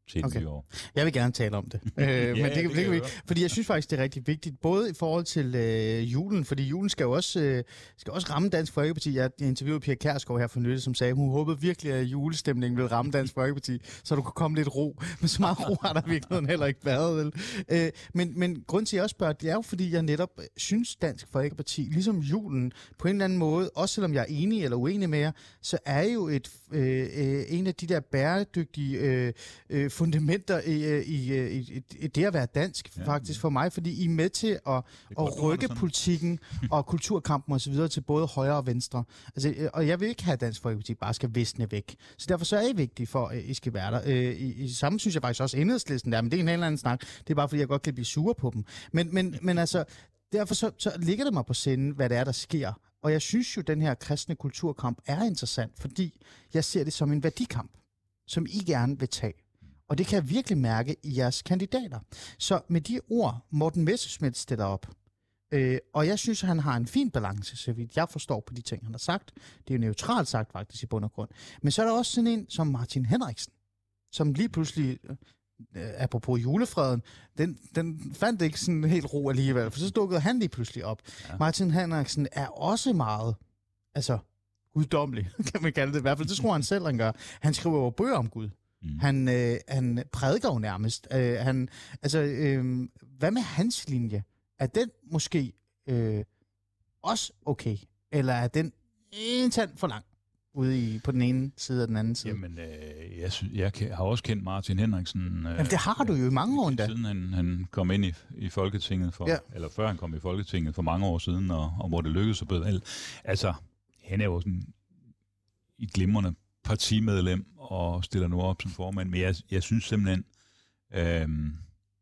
til Okay. nye år. Jeg vil gerne tale om det. øh, Ja, men det, det det, kan det kan vi, jeg fordi jeg synes faktisk, det er rigtig vigtigt, både i forhold til øh, julen, fordi julen skal jo også, øh, skal også ramme Dansk Folkeparti. Jeg interviewede Pia Kjærsgaard her for nylig, som sagde, at hun håbede virkelig, at julestemningen ville ramme Dansk Folkeparti, så du kunne komme lidt ro. Men så meget ro har der virkelig heller ikke været, vel? Øh, men, men grund til, at jeg også spørger, det er jo, fordi jeg netop synes, Dansk Folkeparti, ligesom julen, på en eller anden måde, også selvom jeg er enig eller uenig med jer, så er jo et, øh, øh, en af de der bæredygtige øh, øh, fundamenter i, i, i, i det at være dansk, ja, faktisk for mig, fordi I er med til at, at rykke politikken og kulturkampen og så videre til både højre og venstre. Altså, og jeg vil ikke have, at Dansk Folkeparti bare skal visne væk. Så derfor så er I vigtige for, at I skal være der. Øh, i, i samme synes jeg faktisk også Enhedslisten der, men det er en eller anden snak. Det er bare, fordi jeg godt kan blive sur på dem. Men, men, men altså, derfor så, så ligger det mig på sinde, hvad det er, der sker. Og jeg synes jo, at den her kristne kulturkamp er interessant, fordi jeg ser det som en værdikamp, som I gerne vil tage. Og det kan jeg virkelig mærke i jeres kandidater. Så med de ord, Morten Messerschmidt stiller op, øh, og jeg synes, han har en fin balance, så vidt jeg forstår på de ting, han har sagt. Det er jo neutralt sagt faktisk i bund og grund. Men så er der også sådan en som Martin Henriksen, som lige pludselig, øh, apropos julefreden, den, den fandt ikke sådan helt ro alligevel, for så dukkede han lige pludselig op. Ja. Martin Henriksen er også meget, altså guddommelig, kan man kalde det i hvert fald. Det tror han selv, han gør. Han skriver jo bøger om Gud. Mm. Han, øh, han prædiker jo nærmest. Øh, han, altså, øh, hvad med hans linje? Er den måske øh, også okay? Eller er den en tand for lang ude i, på den ene side og den anden side? Jamen, øh, jeg, synes, jeg har også kendt Martin Henriksen. Øh, Jamen, det har du jo i mange år endda. Siden han, han kom ind i, i Folketinget, for, ja. eller før han kom i Folketinget for mange år siden, og, og hvor det lykkedes så bedre. Altså, han er jo sådan et glimrende partimedlem og stiller nu op som formand, men jeg, jeg synes simpelthen, øhm,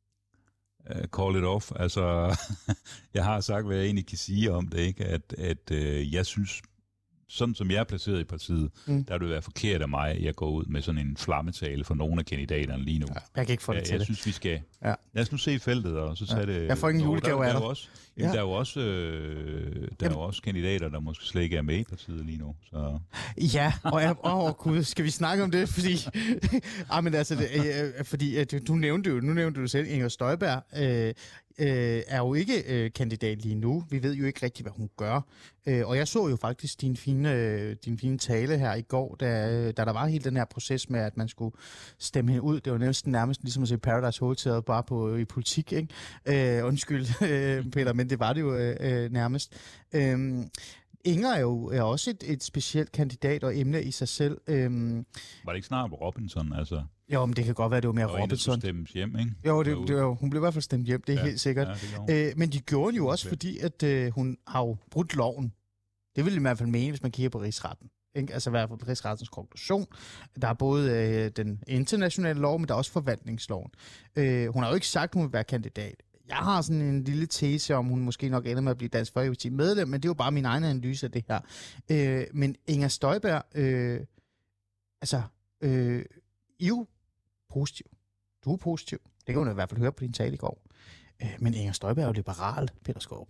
uh, call it off, altså, jeg har sagt, hvad jeg egentlig kan sige om det, ikke? At, at uh, jeg synes, sådan som jeg er placeret i partiet, mm. der vil det være forkert af mig, at jeg går ud med sådan en flammetale for nogle af kandidaterne lige nu. Ja, jeg kan ikke få det jeg, til jeg det. synes, vi skal... Ja. Lad os nu se feltet, og så tage ja. det... Jeg får ingen julegave af dig. Også, jamen, ja. Der er jo også, øh, der er jo også kandidater, der måske slet ikke er med i partiet lige nu. Så. Ja, og jeg, åh gud, skal vi snakke om det? Fordi, ah, men altså, det, øh, fordi øh, du nævnte jo, nu nævnte du selv, Inger Støjberg, øh, øh, er jo ikke øh, kandidat lige nu. Vi ved jo ikke rigtigt, hvad hun gør. Øh, og jeg så jo faktisk din fine, øh, din fine tale her i går, da, da der var hele den her proces med, at man skulle stemme hende ud. Det var næsten nærmest ligesom at se Paradise Hotel bare på i politik, ikke? Øh, undskyld, øh, Peter, men det var det jo øh, nærmest. Øh, Inger er jo er også et, et specielt kandidat og emne i sig selv. Øhm, var det ikke snart Robinson, altså? Jo, men det kan godt være, det var mere og Robinson. Og stemmes hjem, ikke? Jo, det, det var, hun blev i hvert fald stemt hjem, det er ja, helt sikkert. Ja, øh, men de gjorde det jo også, fordi at øh, hun har jo brudt loven. Det vil i hvert fald mene, hvis man kigger på rigsretten. Ikke? Altså i hvert fald rigsrettens konklusion. Der er både øh, den internationale lov, men der er også forvaltningsloven. Øh, hun har jo ikke sagt, at hun vil være kandidat. Jeg har sådan en lille tese om, hun måske nok ender med at blive Dansk Folkeparti medlem, men det er jo bare min egen analyse af det her. Øh, men Inger Støjberg, øh, altså, øh, I er jo positiv. Du er positiv. Det kan hun i hvert fald høre på din tale i går. Øh, men Inger Støjberg er jo liberal, Peter Skaarup.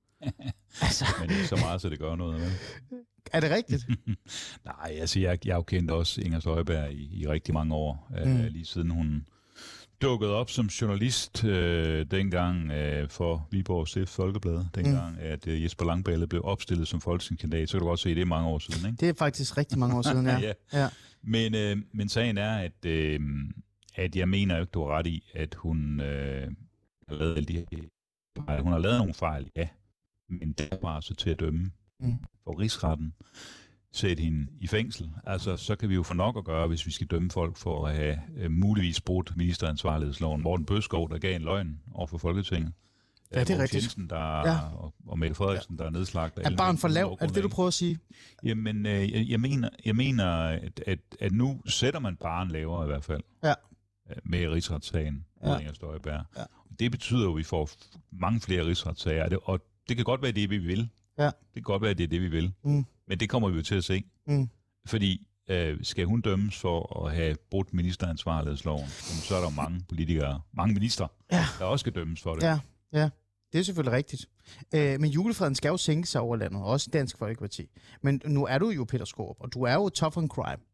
altså. Men ikke så meget, så det gør noget. Vel? Er det rigtigt? Nej, altså, jeg, jeg har jo kendt også Inger Støjberg i, i rigtig mange år. Mm. Øh, lige siden hun dukket op som journalist øh, dengang øh, for Viborg Stift Folkeblad, dengang mm. at øh, Jesper Langballe blev opstillet som folketingskandidat, så kan du godt se, det er mange år siden, ikke? Det er faktisk rigtig mange år siden, ja. ja. ja. Men, øh, men sagen er, at, øh, at jeg mener jo ikke, du har ret i, at hun, øh, har lavet de, hun har lavet nogle fejl, ja, men det er bare så til at dømme mm. for rigsretten. Sætte hende i fængsel. Altså, så kan vi jo få nok at gøre, hvis vi skal dømme folk for at have uh, muligvis brudt ministeransvarlighedsloven. Morten Bødskov, der gav en løgn over for Folketinget. Ja, det er rigtigt. Jensen, der, ja. og, og Mette Frederiksen, ja. der er nedslagt. Er barn for lav? Er det det, du prøver at sige? Jamen, øh, jeg, jeg mener, jeg mener at, at, at nu sætter man barn lavere i hvert fald. Ja. Med rigsretssagen. Ja. Inger Støjberg. Ja. Det betyder jo, at vi får mange flere rigsretssager. Og det kan godt være, det vi vil. Ja. Det kan godt være, det er det, vi vil. Mm. Men det kommer vi jo til at se. Mm. Fordi øh, skal hun dømmes for at have brudt ministeransvarlighedsloven, så er der mange politikere, mange ministre, ja. der også skal dømmes for det. Ja, ja. Det er selvfølgelig rigtigt. Øh, men julefreden skal jo sænke sig over landet, også Dansk Folkeparti. Men nu er du jo Peter Skaarup, og du er jo tough on crime.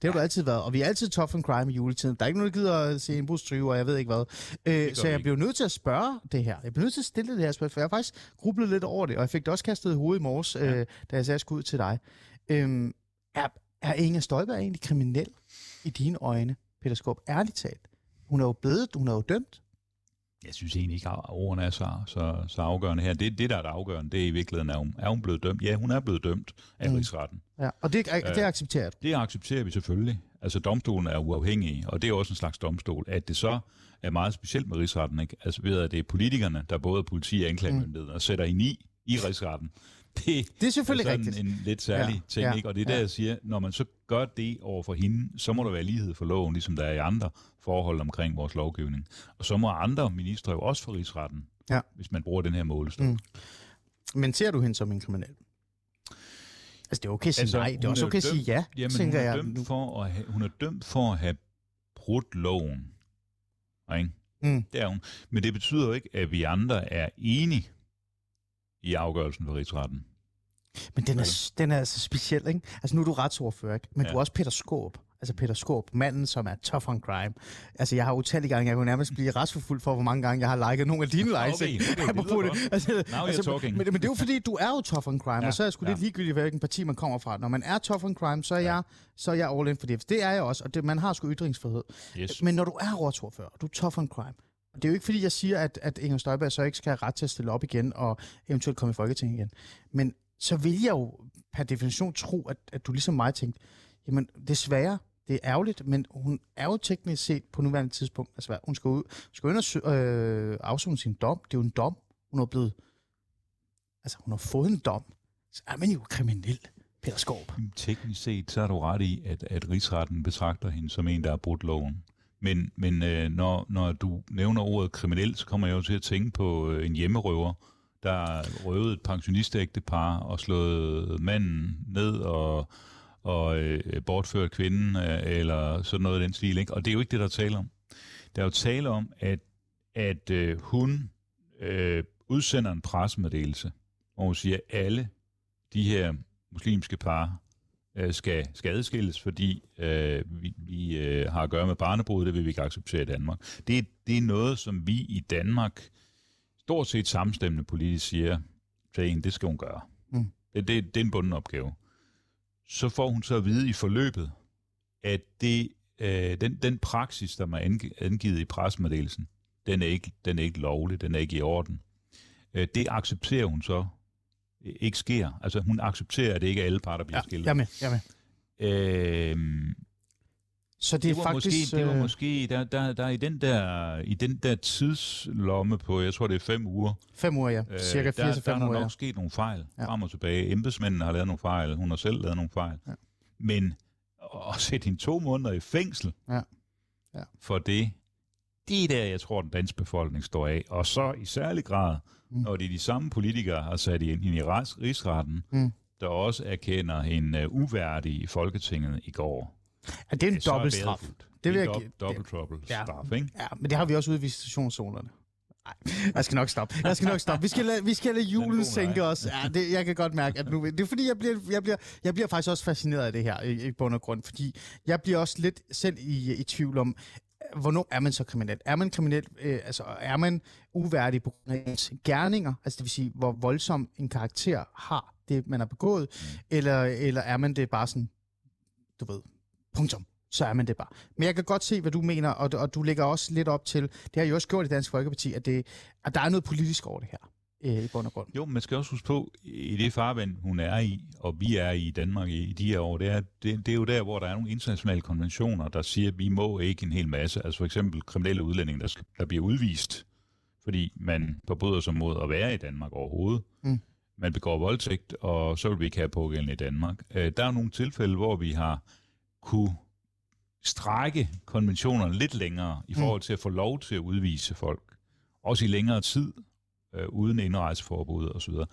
Det har du altid været, og vi er altid tough on crime i juletiden. Der er ikke nogen, der gider at se indbrudstyve, og jeg ved ikke hvad. Øh, så jeg blev nødt til at spørge det her. Jeg blev nødt til at stille det her spørgsmål, for jeg har faktisk grublet lidt over det, og jeg fik det også kastet i hovedet i morges, ja. øh, da jeg sagde, jeg skulle ud til dig. Øh, er, er Inger Støjberg egentlig kriminel i dine øjne, Peter Skaarup? Ærligt talt. Hun er jo blevet, hun er jo dømt. Jeg synes egentlig ikke, at ordene er så, så, så afgørende her. Det, det, der er det afgørende, det er i virkeligheden, er hun, er hun blevet dømt? Ja, hun er blevet dømt af mm. rigsretten. Ja, og det, det accepterer du? Det accepterer vi selvfølgelig. Altså, domstolen er uafhængig, og det er også en slags domstol. At det så er meget specielt med rigsretten, ikke? Altså, ved at det er politikerne, der både er politi og anklagemyndighed, mm. og sætter ind i, i rigsretten. Det, det er selvfølgelig er sådan rigtigt. En lidt særlig ja, ting, ja, ikke? Og det er der, ja. jeg siger, når man så gør det over for hende, så må der være lighed for loven, ligesom der er i andre forhold omkring vores lovgivning. Og så må andre ministre jo også for rigsretten, ja. Hvis man bruger den her målestok. Mm. Men ser du hende som en kriminel? Altså, det er okay at sige altså, nej, det er også okay at sige ja, jamen, tænker hun er jeg. Dømt for at have, hun er dømt for at have brudt loven. Ikke? Mm. Det er hun. Men det betyder jo ikke, at vi andre er enige i afgørelsen for rigsretten. Men den er, den er altså speciel, ikke? Altså, nu er du retsordfører, ikke? Men ja. Du er også Peter Skaarup. Altså Peter Skaarup, manden, som er tough on crime. Altså, jeg har utallige gange, jeg kunne nærmest blive retsforfulgt for, hvor mange gange jeg har liket nogle af dine likes. Okay, okay, det det. Altså, Now altså, you're talking. Men, men det er jo fordi, du er jo tough on crime, ja, og så er jeg sgu ja. lidt ligegyldigt, hvilken parti man kommer fra. Når man er tough on crime, så er, ja. jeg, så er jeg all in for det. Det er jeg også, og det, man har sgu ytringsfrihed. Yes. Men når du er retsordfører, og du er tough on crime, det er jo ikke fordi, jeg siger, at, at Inger Støjberg så ikke skal have ret til at stille op igen, og eventuelt komme i Folketinget igen. Men så vil jeg jo per definition tro, at, at du ligesom mig tænkte, jamen desværre, det er ærgerligt, men hun er jo teknisk set på nuværende tidspunkt, altså hun skal ud, skal ind og øh, afsone sin dom. Det er jo en dom. Hun er blevet, altså hun har fået en dom. Så er man jo kriminel, Peter Skaarup. Teknisk set, så er du ret i, at, at rigsretten betragter hende som en, der har brudt loven. Men, men øh, når, når du nævner ordet kriminel, så kommer jeg jo til at tænke på øh, en hjemmerøver, der røvede et pensionistægtepar og slået manden ned og, og øh, bortført kvinden, øh, eller sådan noget af den stil, ikke? Og det er jo ikke det, der er tale om. Der er jo tale om, at, at øh, hun øh, udsender en pressemeddelelse, hvor hun siger, at alle de her muslimske par øh, skal, skal adskilles, fordi øh, vi, vi øh, har at gøre med barnebrud, det vil vi ikke acceptere i Danmark. Det, det er noget, som vi i Danmark stort set samstemmende politisk siger til en, det skal hun gøre. Mm. Det, det, det er en bunden opgave. Så får hun så at vide i forløbet, at det, øh, den, den praksis, der er angivet i pressemeddelelsen, den er, ikke, den er ikke lovlig, den er ikke i orden. Øh, det accepterer hun så ikke sker. Altså hun accepterer, at det ikke er alle parter bliver ja, skilt. Jeg med, jeg med. Øh, Så det, det er var faktisk... Måske, det var måske, der, der, der i den der, i den der tidslomme på, jeg tror det er fem uger. Fem uger, ja. Cirka fire der, til fem der uger, er nok ja. sket nogle fejl ja. frem og tilbage. Embedsmændene har lavet nogle fejl, hun har selv lavet nogle fejl. Ja. Men at sætte hende to måneder i fængsel ja. Ja. for det, det er der, jeg tror, den danske befolkning står af. Og så i særlig grad, mm. når de de samme politikere har sat hende i rigsretten, mm. der også erkender hende uværdig i Folketinget i går. Ja, det er en dobbelt straf. Det vil jeg give. Dobbelt trouble straf, ja. ikke? Ja, men det har vi også ude i visitationszonerne. Nej, jeg skal nok stoppe. Jeg skal nok stoppe. Vi skal lade, vi skal lade julen sænke os. Ja, det, jeg kan godt mærke, at nu... Det er fordi, jeg bliver, jeg bliver, jeg bliver faktisk også fascineret af det her, i, i bund og grund. Fordi jeg bliver også lidt selv i, i tvivl om, hvornår er man så kriminel? Er man kriminel, øh, altså er man uværdig på grund af ens gerninger? Altså det vil sige, hvor voldsom en karakter har det, man har begået? Mm. Eller, eller er man det bare sådan, du ved, punktum? Så er man det bare. Men jeg kan godt se, hvad du mener, og, og du lægger også lidt op til, det har jo også gjort i Dansk Folkeparti, at, det, at der er noget politisk over det her, øh, i bund og grund. Jo, men man skal også huske på, i det farvand, hun er i, og vi er i Danmark i, i de her år, det er, det, det er jo der, hvor der er nogle internationale konventioner, der siger, at vi må ikke en hel masse, altså for eksempel kriminelle udlændinge, der, skal, der bliver udvist, fordi man forbryder sig mod at være i Danmark overhovedet. Mm. Man begår voldtægt, og så vil vi ikke have pågældende i Danmark. Øh, der er nogle tilfælde, hvor vi har kunne strække konventionerne lidt længere i forhold til at få lov til at udvise folk. Også i længere tid, øh, uden indrejseforbud og så videre.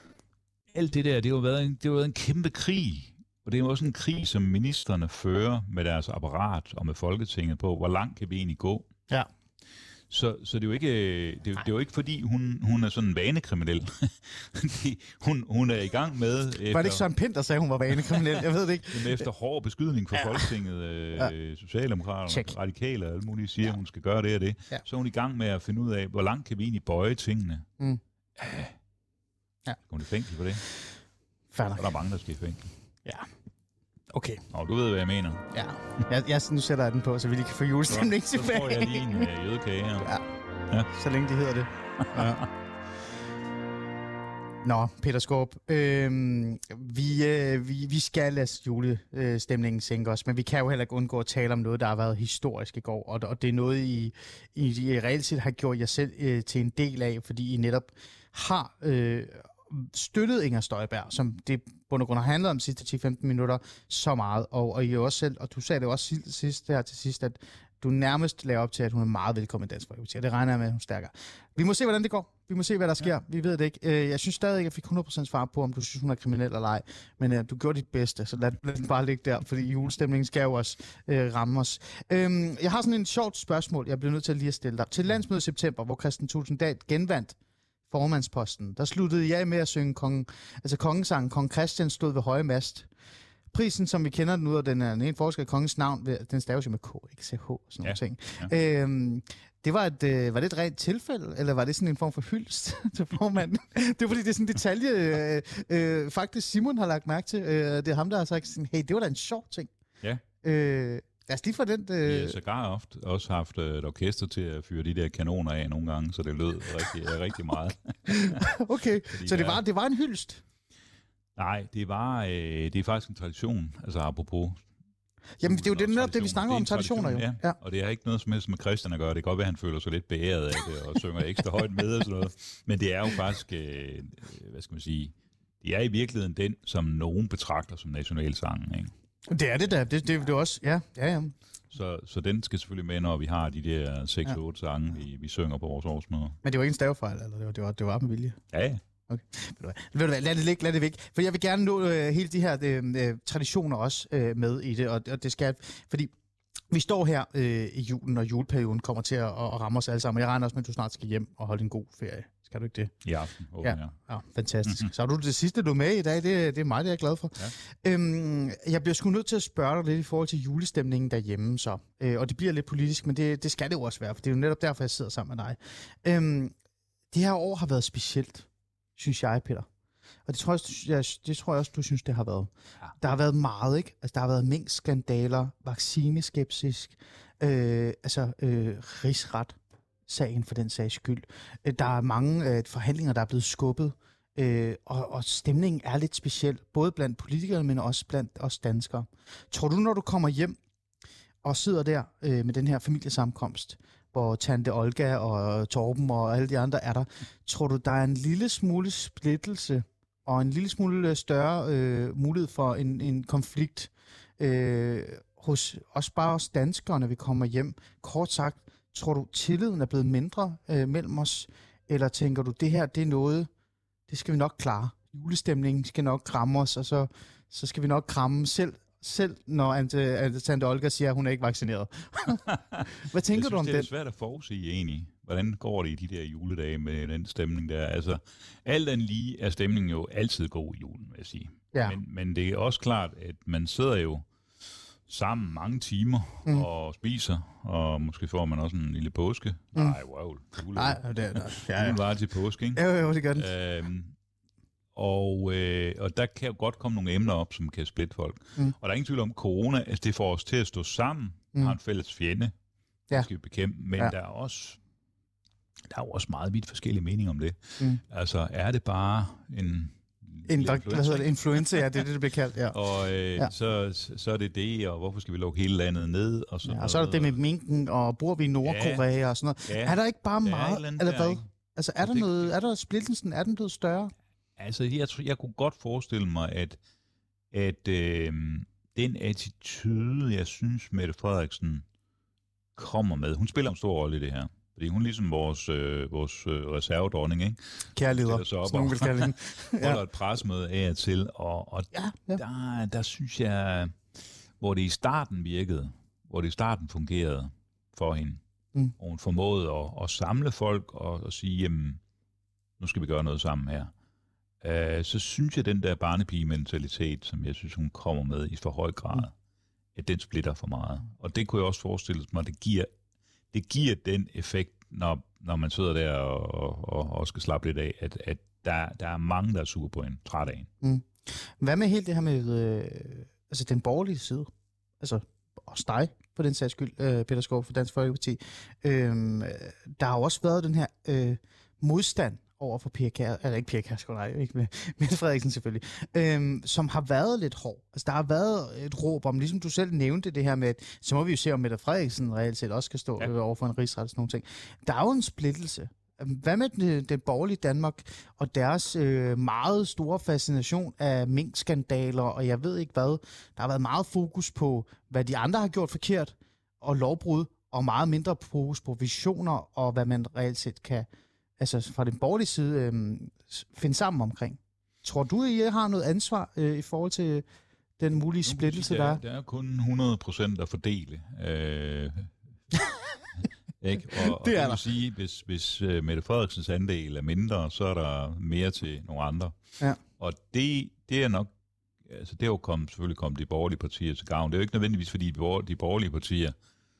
Alt det der, det har været en, det har været en kæmpe krig. Og det er også en krig, som ministerne fører med deres apparat og med Folketinget på, hvor langt kan vi egentlig gå. Ja. Så, så det er jo ikke, det er, det er jo ikke fordi, hun, hun er sådan en vanekriminel. hun, hun er i gang med... Efter, var det ikke Søren Pind, der sagde, hun var vanekriminel? Jeg ved det ikke. Men efter hård beskydning fra ja. Folketinget, øh, ja. Socialdemokraterne, radikale og alle mulige siger, ja. hun skal gøre det og det. Ja. Så er hun i gang med at finde ud af, hvor langt kan vi egentlig bøje tingene. Mm. Ja. Ja. Skal hun i fængsel for det? Færdig. Og der er mange, der skal i fængsel. Ja. Okay. Og du ved, hvad jeg mener. Ja. Jeg, jeg, nu sætter jeg den på, så vi lige kan få julestemning tilbage. Så får jeg lige en uh, jødekage her. Ja. ja. Så længe de hedder det. Ja. Nå, Peter Skaarup. Øhm, vi, øh, vi, vi skal lade julestemningen sænke os, men vi kan jo heller ikke undgå at tale om noget, der har været historisk i går, og, og det er noget, I, I, I reelt set har gjort jer selv øh, til en del af, fordi I netop har... Øh, støttet Inger Støjberg, som det på grund af handlet om de sidste ti til femten minutter så meget, og, og I også selv, og du sagde det også sidst her til sidst, at du nærmest laver op til, at hun er meget velkommen i Dansk Folkeparti, og det regner jeg med, at hun stærker. Vi må se, hvordan det går. Vi må se, hvad der sker. Ja. Vi ved det ikke. Jeg synes stadig ikke, at jeg fik hundrede procent svar på, om du synes, hun er kriminel eller ej, men uh, du gjorde dit bedste, så lad, lad den bare ligge der, fordi julestemningen skal jo også uh, ramme os. Øhm, jeg har sådan en sjovt spørgsmål, jeg bliver nødt til at lige at stille dig. Til landsmødet i september, hvor Kristian Thulesen Dahl genvandt formandsposten, der sluttede jeg med at synge kong, altså kongesangen. Kong Christian stod ved høje mast. Prisen, som vi kender den ud af, den er en forskel kongens navn, den staves jo med K, ikke C H, sådan ja. nogle ting. Ja. Øhm, det var, et, øh, var det et rent tilfælde, eller var det sådan en form for hyldest til formanden? Det er fordi, det er sådan en detalje, øh, øh, faktisk Simon har lagt mærke til. Øh, det er ham, der har sagt sådan, hey, det var da en sjov ting. Ja. Øh, Lad os lige få den... Øh... Vi har sågar ofte også haft et orkester til at fyre de der kanoner af nogle gange, så det lød rigtig, rigtig meget. Okay, fordi så det var, det var en hyldest? Nej, det var øh, det er faktisk en tradition, altså apropos... Jamen, det er jo det, netop det, vi snakker om, traditioner jo. Ja. Ja. Og det har ikke noget som helst med Christian at gøre. Det kan godt være, at han føler sig lidt beæret af det, og synger ekstra højt med og sådan noget. Men det er jo faktisk, øh, hvad skal man sige, det er i virkeligheden den, som nogen betragter som nationalsangen, ikke? Det er det da. Det, det, det er også, ja. ja, ja. Så, så den skal selvfølgelig med, når vi har de der seks otte ja. sange, vi, vi synger på vores årsmøder. Men det var ikke en stavefejl, eller det var, det var, det var med vilje? Ja, ja. Okay. Ved du hvad, lad det ligge, lad det væk. For jeg vil gerne nå øh, hele de her øh, traditioner også øh, med i det, og, og det skal, fordi vi står her øh, i julen, og juleperioden kommer til at, at ramme os alle sammen. Jeg regner også med, at du snart skal hjem og holde en god ferie. Skal du ikke det? I aften. Oh, ja. ja, fantastisk. Mm-hmm. Så er du det sidste, du er med i dag. Det, det er mig, det er jeg glad for. Ja. Øhm, jeg bliver sgu nødt til at spørge dig lidt i forhold til julestemningen derhjemme så. Øh, og det bliver lidt politisk, men det, det skal det jo også være, for det er jo netop derfor, jeg sidder sammen med dig. Øhm, det her år har været specielt, synes jeg, Peter. Og det tror jeg, jeg, det tror jeg også, du synes, det har været. Ja. Der har været meget, ikke? Altså, der har været minkskandaler, vaccineskepsis, øh, altså øh, rigsret. Sagen for den sags skyld. Der er mange øh, forhandlinger, der er blevet skubbet, øh, og, og stemningen er lidt speciel, både blandt politikere, men også blandt os danskere. Tror du, når du kommer hjem og sidder der øh, med den her familiesammenkomst, hvor tante Olga og Torben og alle de andre er der, tror du, der er en lille smule splittelse og en lille smule større øh, mulighed for en, en konflikt øh, hos os bare os danskere, når vi kommer hjem? Kort sagt, tror du, tilliden er blevet mindre øh, mellem os? Eller tænker du, det her, det er noget, det skal vi nok klare. Julestemningen skal nok kramme os, og så, så skal vi nok kramme selv, selv når Ante, Tante Olga siger, at hun er ikke vaccineret. Hvad tænker synes, du om det? det? Det er svært at forudsige egentlig. Hvordan går det i de der juledage med den stemning der? Altså, alt andet lige er stemningen jo altid god i julen, vil jeg sige. Ja. Men, men det er også klart, at man sidder jo sammen mange timer mm. og spiser, og måske får man også en lille påske. Mm. Nej, wow. Jule. Nej, det er det. Ja, ja. Var til påske, ikke? Jo, jo, det gør den. Øhm, og, øh, og der kan jo godt komme nogle emner op, som kan splitte folk. Mm. Og der er ingen tvivl om, corona, altså det får os til at stå sammen, mm. har en fælles fjende, ja. Det skal vi bekæmpe, men ja. der er også der er jo også meget vidt forskellige meninger om det. Mm. Altså, er det bare en En, hvad hedder det? Influenza, ja, det er det, det bliver kaldt. Ja. Og øh, ja. så, så er det det, og hvorfor skal vi lukke hele landet ned? Og, sådan ja, og så er der det med minken, og bor vi i Nordkorea ja. og sådan noget. Ja. Er der ikke bare meget, ja, eller hvad? Altså, er der, det, noget, er der splittelsen, er den blevet større? Altså, jeg, jeg kunne godt forestille mig, at, at øh, den attitude, jeg synes, Mette Frederiksen kommer med, hun spiller en stor rolle i det her. Fordi hun er ligesom vores, øh, vores øh, reservedronning, ikke? Kærligheder, sådan nogen vil kalde hende. Ja. Holder et presmøde af og til, og, og ja, ja. Der, der synes jeg, hvor det i starten virkede, hvor det i starten fungerede for hende, mm. og hun formåede at, at samle folk og, og sige, jamen, nu skal vi gøre noget sammen her. Uh, så synes jeg, den der barnepige-mentalitet, som jeg synes, hun kommer med i for høj grad, mm. at den splitter for meget. Og det kunne jeg også forestille mig, at det giver, det giver den effekt, når, når man sidder der og, og, og skal slappe lidt af, at, at der, der er mange, der er super på en træt af en. Mm. Hvad med helt det her med øh, altså den borgerlige side? Altså også dig, for den sags skyld, øh, Peter Skaarup fra Dansk Folkeparti. Øh, der har også været den her øh, modstand over for Pia Kjærsgaard, eller ikke Pia Kjærsgaard, nej, ikke med Mette Frederiksen selvfølgelig, øhm, som har været lidt hård. Altså, der har været et råb om, ligesom du selv nævnte det her med, at så må vi jo se, om Mette Frederiksen reelt set også skal stå ja. over for en rigsret og sådan nogle ting. Der er jo en splittelse. Hvad med det, det borgerlige Danmark og deres øh, meget store fascination af minkskandaler, og jeg ved ikke hvad. Der har været meget fokus på, hvad de andre har gjort forkert, og lovbrud, og meget mindre fokus på visioner, og hvad man reelt set kan altså fra den borgerlige side, øh, finde sammen omkring. Tror du, I har noget ansvar øh, i forhold til den mulige splittelse, der er? Der er kun hundrede procent at fordele. Øh, ikke? Og, og det er vil sige, hvis, hvis uh, Mette Frederiksens andel er mindre, så er der mere til nogle andre. Ja. Og det, det er nok, altså det er jo kommet, selvfølgelig kommet de borgerlige partier til gavn. Det er jo ikke nødvendigvis, fordi de borgerlige partier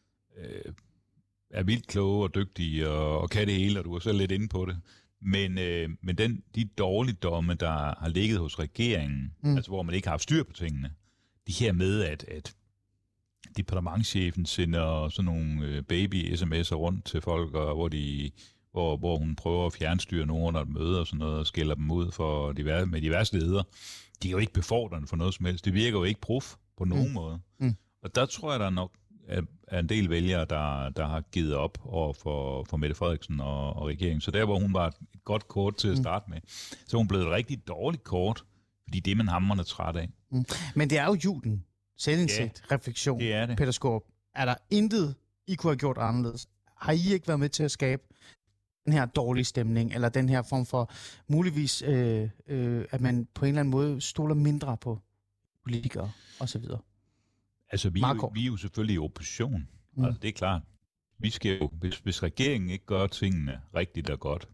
øh, er vildt kloge og dygtige og, og kan det hele, og du er selv lidt inde på det. Men, øh, men den, de dårligdomme, der har ligget hos regeringen, mm. altså hvor man ikke har haft styr på tingene, de her med, at, at departementschefen sender sådan nogle øh, baby-sms'er rundt til folk, og hvor, de, hvor, hvor hun prøver at fjernstyre nogen under et møde og sådan noget, og skælder dem ud for diverse, med diverse ledere. De er jo ikke befordrende for noget som helst. Det virker jo ikke prof på nogen mm. måde. Mm. Og der tror jeg, der er nok er en del vælgere, der, der har givet op over for, for Mette Frederiksen og, og regeringen. Så der, hvor hun var et godt kort til at starte med, så hun blev et rigtig dårligt kort, fordi det er man hamrende træt af. Mm. Men det er jo julen. Selvindsigt, ja, refleksion. Det er det. Peter Skaarup, er der intet, I kunne have gjort anderledes? Har I ikke været med til at skabe den her dårlige stemning, eller den her form for muligvis, øh, øh, at man på en eller anden måde stoler mindre på politikere osv.? Altså, vi, er jo, vi er jo selvfølgelig i opposition. Mm. Altså, det er klart. Vi skal jo, hvis, hvis regeringen ikke gør tingene rigtigt og godt,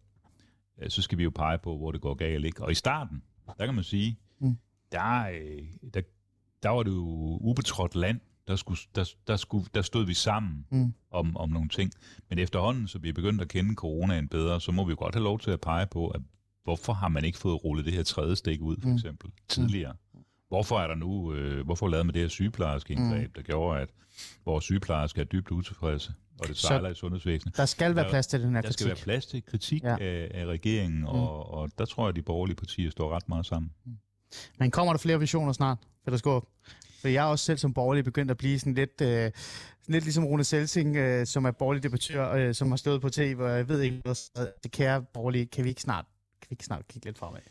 så skal vi jo pege på, hvor det går galt, ikke? Og i starten, der kan man sige, mm. der, der, der var det jo ubetrådt land. Der, skulle, der, der, skulle, der stod vi sammen mm. om, om nogle ting. Men efterhånden, så vi er begyndt at kende coronaen bedre, så må vi jo godt have lov til at pege på, at hvorfor har man ikke fået rullet det her tredje stik ud, for eksempel, mm. tidligere? Hvorfor er der nu, øh, hvorfor lavede man det her sygeplejerskeindgreb, mm. der gjorde, at vores sygeplejersker er dybt utilfredse, og det sejler i sundhedsvæsenet? Der skal være plads til den her kritik. Der skal være plads til kritik ja. af, af regeringen, mm. og, og der tror jeg, at de borgerlige partier står ret meget sammen. Mm. Men kommer der flere visioner snart, Peter Skaarup? For jeg er også selv som borgerlig begyndt at blive sådan lidt, øh, lidt ligesom Rune Selsing, øh, som er borgerlig debattør, øh, som har stået på tv, og jeg ved ikke, hvad det kære borgerlige, kan vi ikke snart, kan vi ikke snart kigge lidt fremad?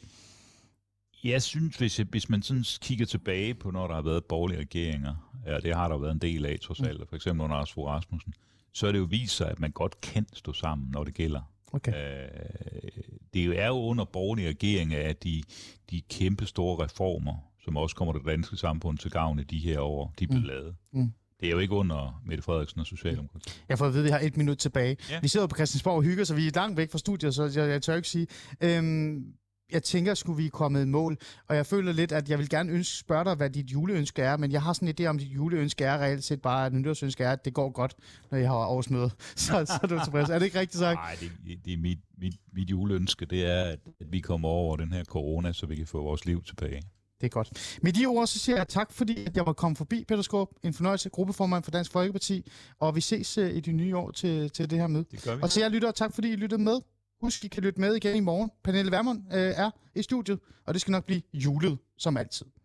Jeg synes, hvis, hvis man sådan kigger tilbage på, når der har været borgerlige regeringer, ja, det har der været en del af, trods alt, for eksempel under Anders Fogh Rasmussen, så er det jo vist sig, at man godt kan stå sammen, når det gælder. Okay. Øh, det er jo under borgerlige regeringer, at de, de kæmpe store reformer, som også kommer det danske samfund til gavn i de her år, de er blevet mm. lavet. Mm. Det er jo ikke under Mette Frederiksen og Socialdemokratiet. Jeg får at vide, at vi har et minut tilbage. Ja. Vi sidder på Christiansborg og hygger, så vi er langt væk fra studiet, så jeg, jeg tør ikke sige. Øhm, jeg tænker, skulle vi er kommet i mål, og jeg føler lidt, at jeg vil gerne ønske, spørge dig, hvad dit juleønske er, men jeg har sådan en idé om, at dit juleønske er reelt set bare, at nytårsønske er, at det går godt, når jeg har årsmøde. Så, så er du tilfreds. Er det ikke rigtigt sagt? Nej, det, det er mit, mit, mit juleønske, det er, at, at vi kommer over den her corona, så vi kan få vores liv tilbage. Det er godt. Med de ord, så siger jeg tak, fordi jeg var kommet forbi, Peter Skaarup, en fornøjelse, gruppeformand for Dansk Folkeparti, og vi ses uh, i det nye år til, til det her møde. Det gør vi. Og til jer lytter, tak fordi I lyttede med. Husk, I kan lytte med igen i morgen. Pernille Vermund øh, er i studiet, og det skal nok blive julet, som altid.